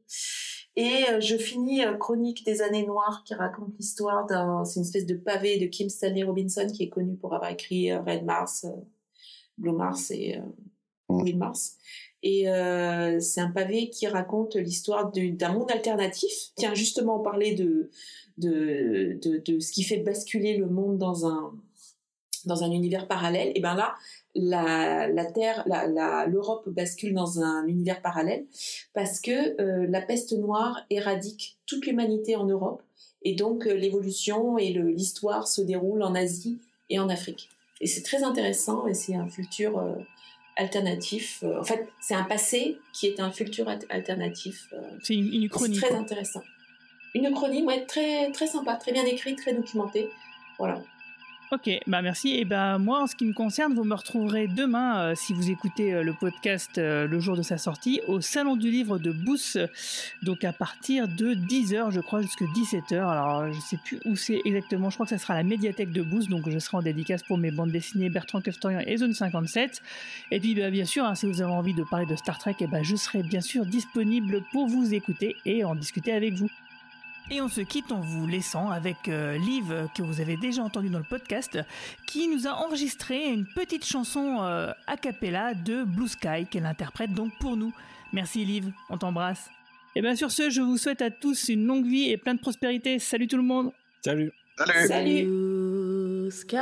Et euh, je finis euh, Chronique des années noires qui raconte l'histoire d'un... C'est une espèce de pavé de Kim Stanley Robinson qui est connu pour avoir écrit euh, Red Mars, euh, Blue Mars et euh, Green Mars. Et euh, c'est un pavé qui raconte l'histoire de, d'un monde alternatif. Tiens, justement, parler de, de, de, de ce qui fait basculer le monde dans un, dans un univers parallèle. Et bien là, la, la Terre, la, la, l'Europe bascule dans un univers parallèle parce que euh, la peste noire éradique toute l'humanité en Europe et donc euh, l'évolution et le, l'histoire se déroulent en Asie et en Afrique. Et c'est très intéressant et c'est un futur euh, alternatif. Euh, en fait, c'est un passé qui est un futur alternatif. Euh, c'est une, une uchronie. C'est très quoi. intéressant. Une uchronie, ouais, très, très sympa, très bien écrite, très documentée. Voilà. Ok, bah merci. Et ben moi, en ce qui me concerne, vous me retrouverez demain, euh, si vous écoutez euh, le podcast euh, le jour de sa sortie, au Salon du Livre de Beauce, donc à partir de dix heures, je crois, jusqu'à dix-sept heures. Alors, je sais plus où c'est exactement, je crois que ça sera à la médiathèque de Beauce, donc je serai en dédicace pour mes bandes dessinées Bertrand Keftorian et Zone cinquante-sept. Et puis, bah, bien sûr, hein, si vous avez envie de parler de Star Trek, et ben je serai bien sûr disponible pour vous écouter et en discuter avec vous. Et on se quitte en vous laissant avec euh, Liv, que vous avez déjà entendu dans le podcast, qui nous a enregistré une petite chanson euh, a cappella de Blue Sky, qu'elle interprète donc pour nous. Merci Liv, on t'embrasse. Et bien sur ce, je vous souhaite à tous une longue vie et plein de prospérité. Salut tout le monde. Salut. Salut. Salut. Blue skies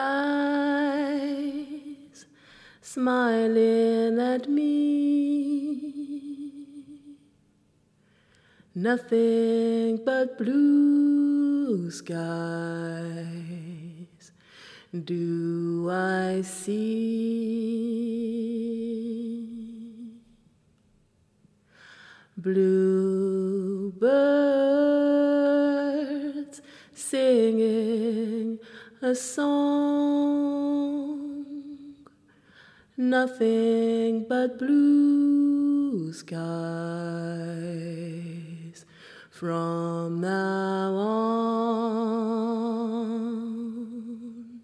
smiling at me. Nothing but blue skies do I see. Blue birds singing a song. Nothing but blue skies from now on.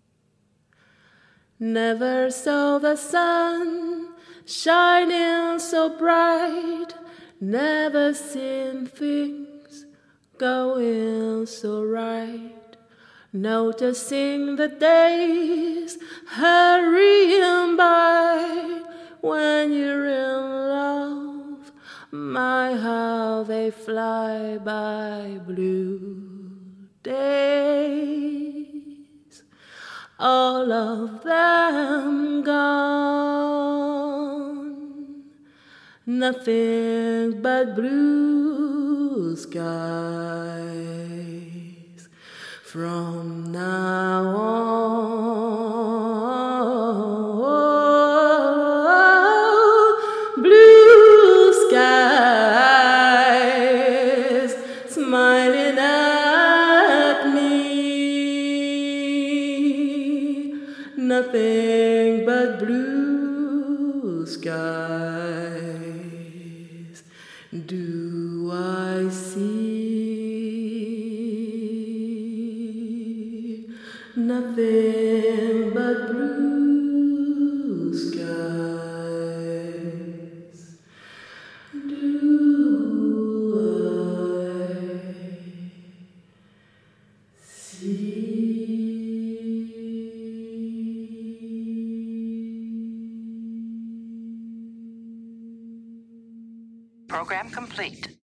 Never saw the sun shining so bright, never seen things going so right, noticing the days hurrying by when you're in love. My, how they fly by, blue days, all of them gone. Nothing but blue skies from now on. Skies smiling at me, nothing but blue skies do I see, nothing but blue skies. Program complete.